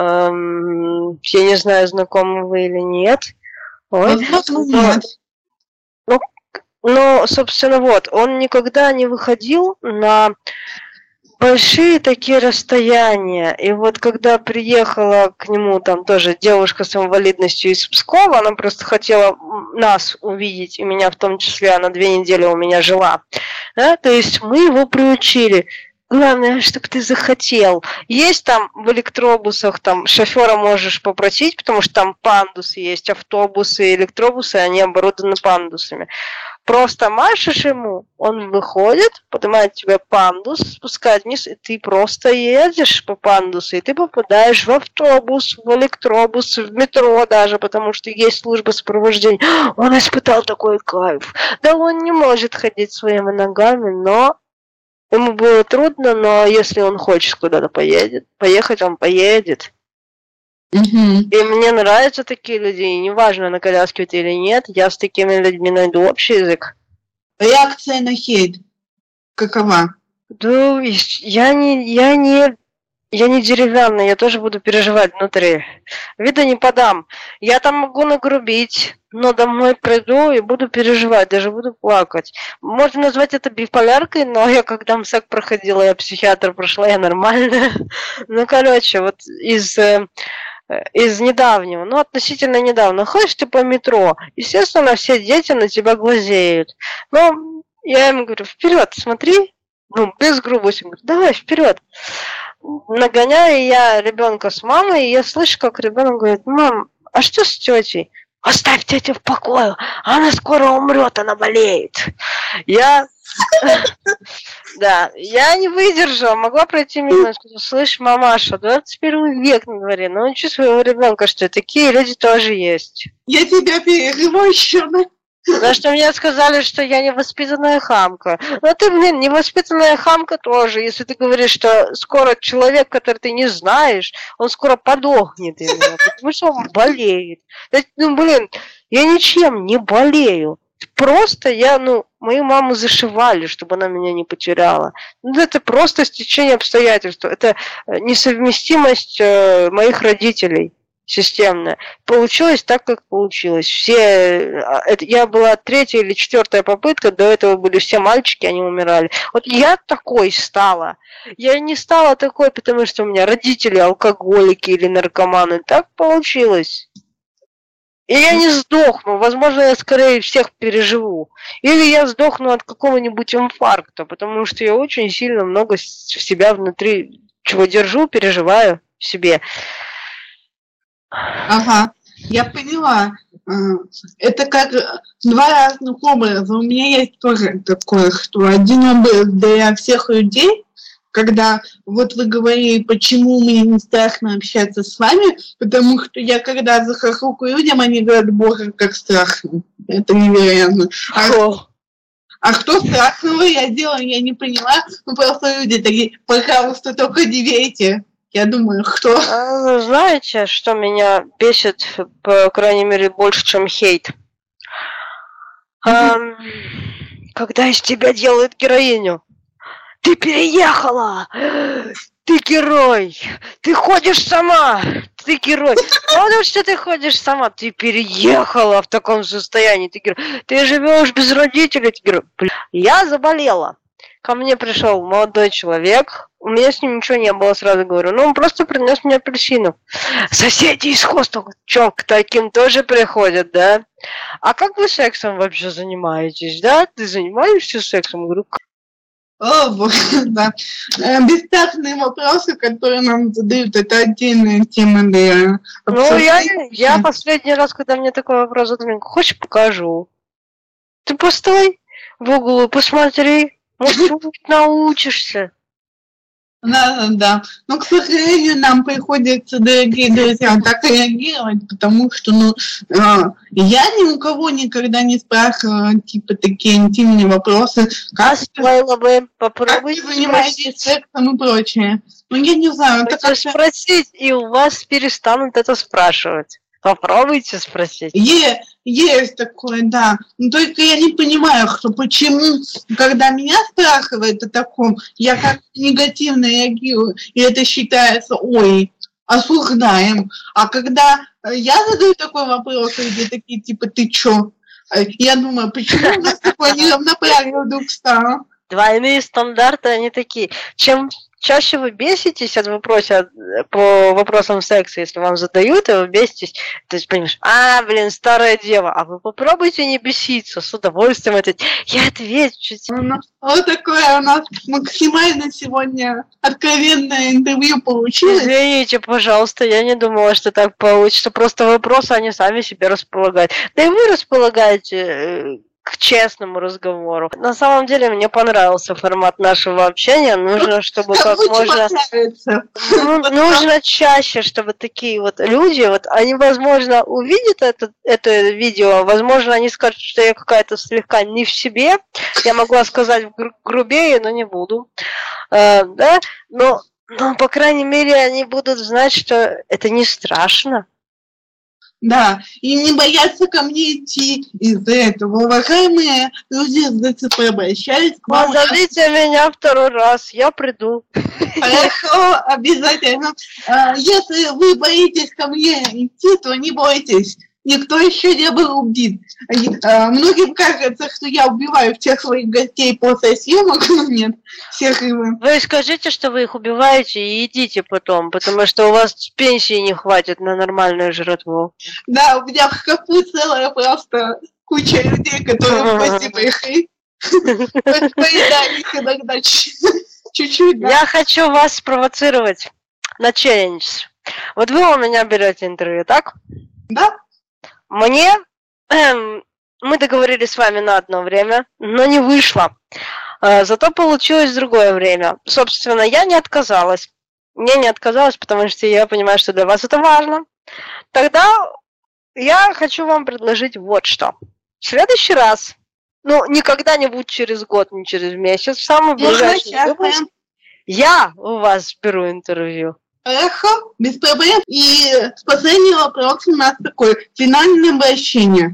эм, я не знаю, знакомы вы или нет. Ой. Возможно, нет. Ну, ну, собственно, вот, он никогда не выходил на большие такие расстояния. И вот когда приехала к нему там тоже девушка с инвалидностью из Пскова, она просто хотела нас увидеть, и меня в том числе, она две недели у меня жила. Да? То есть мы его приучили. Главное, чтобы ты захотел. Есть там в электробусах, там шофера можешь попросить, потому что там пандусы есть, автобусы, электробусы, они оборудованы пандусами. Просто машешь ему, он выходит, поднимает тебе пандус, спускает вниз, и ты просто едешь по пандусу, и ты попадаешь в автобус, в электробус, в метро даже, потому что есть служба сопровождения. Он испытал такой кайф. Да он не может ходить своими ногами, но ему было трудно, но если он хочет куда-то поедет, поехать, он поедет. Mm-hmm. И мне нравятся такие люди, и неважно, на коляске ты или нет, я с такими людьми найду общий язык. Реакция на хейт какова? Да, я не, я не Я не деревянный, я тоже буду переживать внутри. Вида не подам. Я там могу нагрубить, но домой приду и буду переживать, даже буду плакать. Можно назвать это биполяркой, но я когда МСЭК проходила, я психиатр прошла, я нормальная. Ну, короче, вот из... из недавнего, ну, относительно недавно, ходишь ты по метро, естественно, все дети на тебя глазеют. Но я им говорю, вперед, смотри, ну, без грубости, говорю, давай, вперед. Нагоняю я ребенка с мамой, и я слышу, как ребенок говорит, мам, а что с тетей? Оставь тетю в покое, она скоро умрет, она болеет. Я... Да, я не выдержала, могла пройти мимо и сказать, слышь, мамаша, двадцать первый век на дворе, научи своего ребенка, что такие люди тоже есть. Я тебя перерыву еще, да? Потому что мне сказали, что я невоспитанная хамка. Но ты, блин, невоспитанная хамка тоже. Если ты говоришь, что скоро человек, который ты не знаешь, он скоро подохнет именно, потому что он болеет. Ну, блин, я ничем не болею. Просто я, ну, мою маму зашивали, чтобы она меня не потеряла. Ну, это просто стечение обстоятельств. Это несовместимость э, моих родителей. Системная. Получилось так, как получилось. Все, это, я была третья или четвертая попытка, до этого были все мальчики, они умирали. Вот я такой стала. Я не стала такой, потому что у меня родители алкоголики или наркоманы. Так получилось. И я не сдохну. Возможно, я скорее всех переживу. Или я сдохну от какого-нибудь инфаркта, потому что я очень сильно много в себя внутри чего держу, переживаю в себе. Ага, я поняла. Это как два разных образа. У меня есть тоже такое, что один образ для всех людей, когда вот вы говорили, почему мне не страшно общаться с вами, потому что я когда захожу к людям, они говорят, боже, как страшно. Это невероятно. А, а что страшного я делаю, я не поняла. Ну просто люди такие, пожалуйста, только не верьте. Я думаю, кто? А, знаете, что меня бесит, по крайней мере, больше, чем хейт? Mm-hmm. А, когда из тебя делают героиню. Ты переехала! Ты герой! Ты ходишь сама! Ты герой! Потому что ты ходишь сама, ты переехала в таком состоянии, ты герой. Ты живешь без родителей, ты герой. Я заболела. Ко мне пришел молодой человек, у меня с ним ничего не было, сразу говорю. Ну, он просто принес мне апельсинов. Соседи из хостела, чё, к таким тоже приходят, да? А как вы сексом вообще занимаетесь, да? Ты занимаешься сексом? Говорю, о, да. Бестактные вопросы, которые нам задают, это отдельная тема для Ну, я, я последний раз, когда мне такой вопрос задали, хочешь, покажу? Ты постой в углу, посмотри. Может, научишься. Да, да, да. Но, к сожалению, нам приходится, дорогие друзья, так реагировать, потому что, ну, э, я ни у кого никогда не спрашивала, типа, такие интимные вопросы. Как, а бы попробуйте как вы занимаетесь сексом и прочее. Ну, я не знаю. Это как спросить, и у вас перестанут это спрашивать. Попробуйте спросить. Е- есть такое, да. Но только я не понимаю, что почему, когда меня спрашивают о таком, я как-то негативно реагирую, и это считается, ой, осуждаем. А когда я задаю такой вопрос, люди такие, типа, ты чё? Я думаю, почему у нас такое неравноправие вдруг стало? Двойные стандарты, они такие. Чем чаще вы беситесь от вопроса, по вопросам секса, если вам задают, и вы беситесь, то есть понимаешь, а, блин, старая дева, а вы попробуйте не беситься, с удовольствием ответить. Я отвечу. Ну, вот такое у нас максимально сегодня откровенное интервью получилось. Извините, пожалуйста, я не думала, что так получится. Просто вопросы, они сами себе располагают. Да и вы располагаете к честному разговору. На самом деле мне понравился формат нашего общения. Нужно, чтобы как можно... Ну, нужно чаще, чтобы такие вот люди, вот они, возможно, увидят это, это видео, возможно, они скажут, что я какая-то слегка не в себе. Я могла сказать гру- грубее, но не буду. Э, да? Но, но, по крайней мере, они будут знать, что это не страшно. Да, и не бояться ко мне идти из-за этого. Уважаемые люди с ДЦП, обращаюсь к вам. Позовите меня второй раз, я приду. Хорошо, обязательно. Если вы боитесь ко мне идти, то не бойтесь. Никто еще не был убит. Многим кажется, что я убиваю всех своих гостей после съемок, но нет. Всех им. Вы скажите, что вы их убиваете и идите потом, потому что у вас пенсии не хватит на нормальную жратву. Да, у меня в шкафу целая просто куча людей, которые в гости пришли. Поедались иногда чуть-чуть. Я хочу вас спровоцировать на челлендж. Вот вы у меня берете интервью, так? Да. Мне, эм, мы договорились с вами на одно время, но не вышло. Э, зато получилось другое время. Собственно, я не отказалась. Я не отказалась, потому что я понимаю, что для вас это важно. Тогда я хочу вам предложить вот что. В следующий раз, ну, не когда-нибудь через год, не через месяц, в самый ближайший выпуск, я у вас беру интервью. Хорошо, без проблем. И последний вопрос у нас такой. Финальное обращение.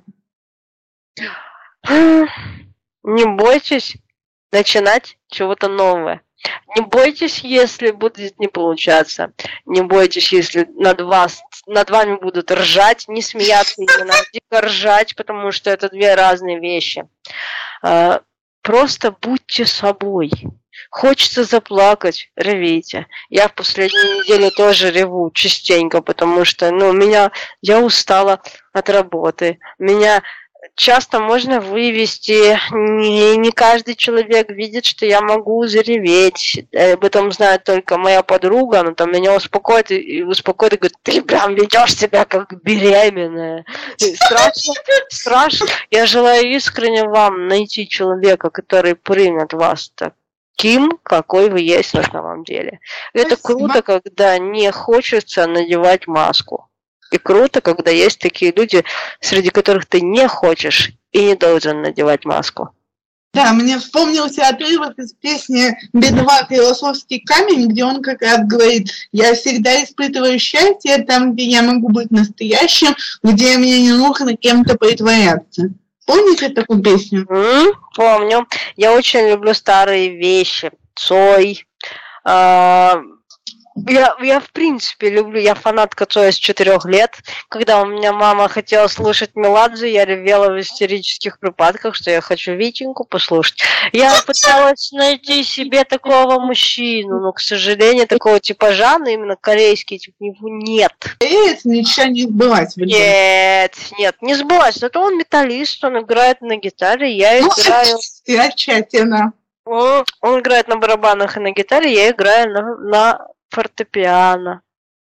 Не бойтесь начинать чего-то новое. Не бойтесь, если будет не получаться. Не бойтесь, если над, вас, над вами будут ржать. Не смеяться именно, а дико ржать, потому что это две разные вещи. Просто будьте собой. Хочется заплакать, ревите. Я в последнюю неделю тоже реву частенько, потому что, ну, меня, я устала от работы. Меня часто можно вывести. Не, не каждый человек видит, что я могу зареветь. Об этом знает только моя подруга. Она там меня успокоит и успокоит и говорит, ты прям ведешь себя как беременная. И страшно, страшно. Я желаю искренне вам найти человека, который примет вас так. Ким, какой вы есть на самом деле. Это круто, когда не хочется надевать маску. И круто, когда есть такие люди, среди которых ты не хочешь и не должен надевать маску. Да, мне вспомнился отрывок из песни би два «Философский камень», где он как раз говорит, я всегда испытываю счастье там, где я могу быть настоящим, где мне не нужно кем-то притворяться. Помните такую песню? Mm, помню. Я очень люблю старые вещи. Цой. А, я, я в принципе люблю, я фанатка Цоя с четырех лет. Когда у меня мама хотела слушать Меладзе, я ревела в истерических припадках, что я хочу Витеньку послушать. Я пыталась найти себе такого мужчину, но, к сожалению, такого типажа, но именно корейский тип, него нет. Кореец ничего не сбылась. Нет, нет, не сбылась. Зато он металлист, он играет на гитаре, я ну, играю... Я тщательно. Он, он играет на барабанах и на гитаре, я играю на, на фортепиано.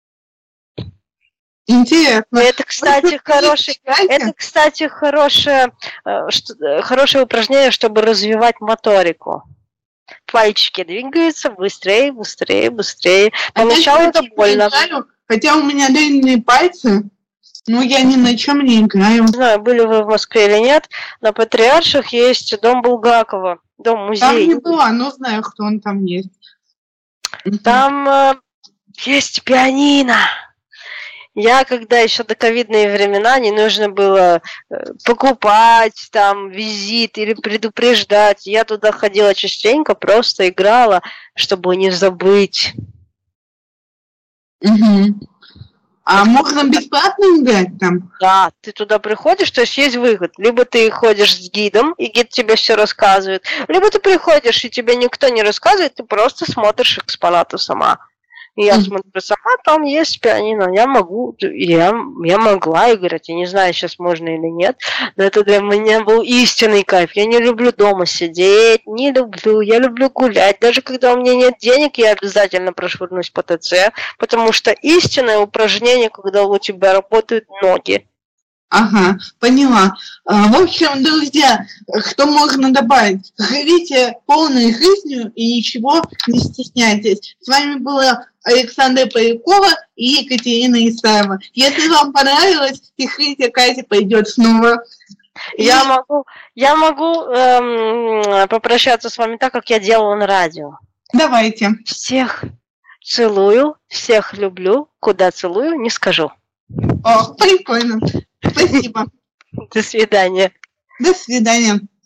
Интересно. Это, кстати, хороший, это, кстати, хорошее, хорошее упражнение, чтобы развивать моторику. Пальчики двигаются быстрее, быстрее, быстрее. Поначалу это больно. Играю, хотя у меня длинные пальцы, но я ни на чем не играю. Не знаю, были вы в Москве или нет, на Патриарших есть дом Булгакова, дом-музей. Там не была, но знаю, кто он там есть. Там э, есть пианино. Я, когда еще до ковидные времена, не нужно было э, покупать там визит или предупреждать. Я туда ходила частенько, просто играла, чтобы не забыть. Угу. А можно бесплатно играть там? Да, ты туда приходишь, то есть есть выход. Либо ты ходишь с гидом, и гид тебе все рассказывает, либо ты приходишь, и тебе никто не рассказывает, ты просто смотришь экспонаты сама. И я mm-hmm. смотрю сама, там есть пианино, я могу, я, я могла играть, я не знаю, сейчас можно или нет, но это для меня был истинный кайф. Я не люблю дома сидеть, не люблю, я люблю гулять, даже когда у меня нет денег, я обязательно прошвырнусь по ТЦ, потому что истинное упражнение, когда у тебя работают ноги. Ага, поняла. В общем, друзья, что можно добавить? Живите полной жизнью и ничего не стесняйтесь. С вами была Александра Полякова и Екатерина Исаева. Если вам понравилось, пишите, Катя пойдет снова. Я и... могу, я могу эм, попрощаться с вами так, как я делала на радио. Давайте. Всех целую, всех люблю. Куда целую, не скажу. О, прикольно. Спасибо. До свидания. До свидания.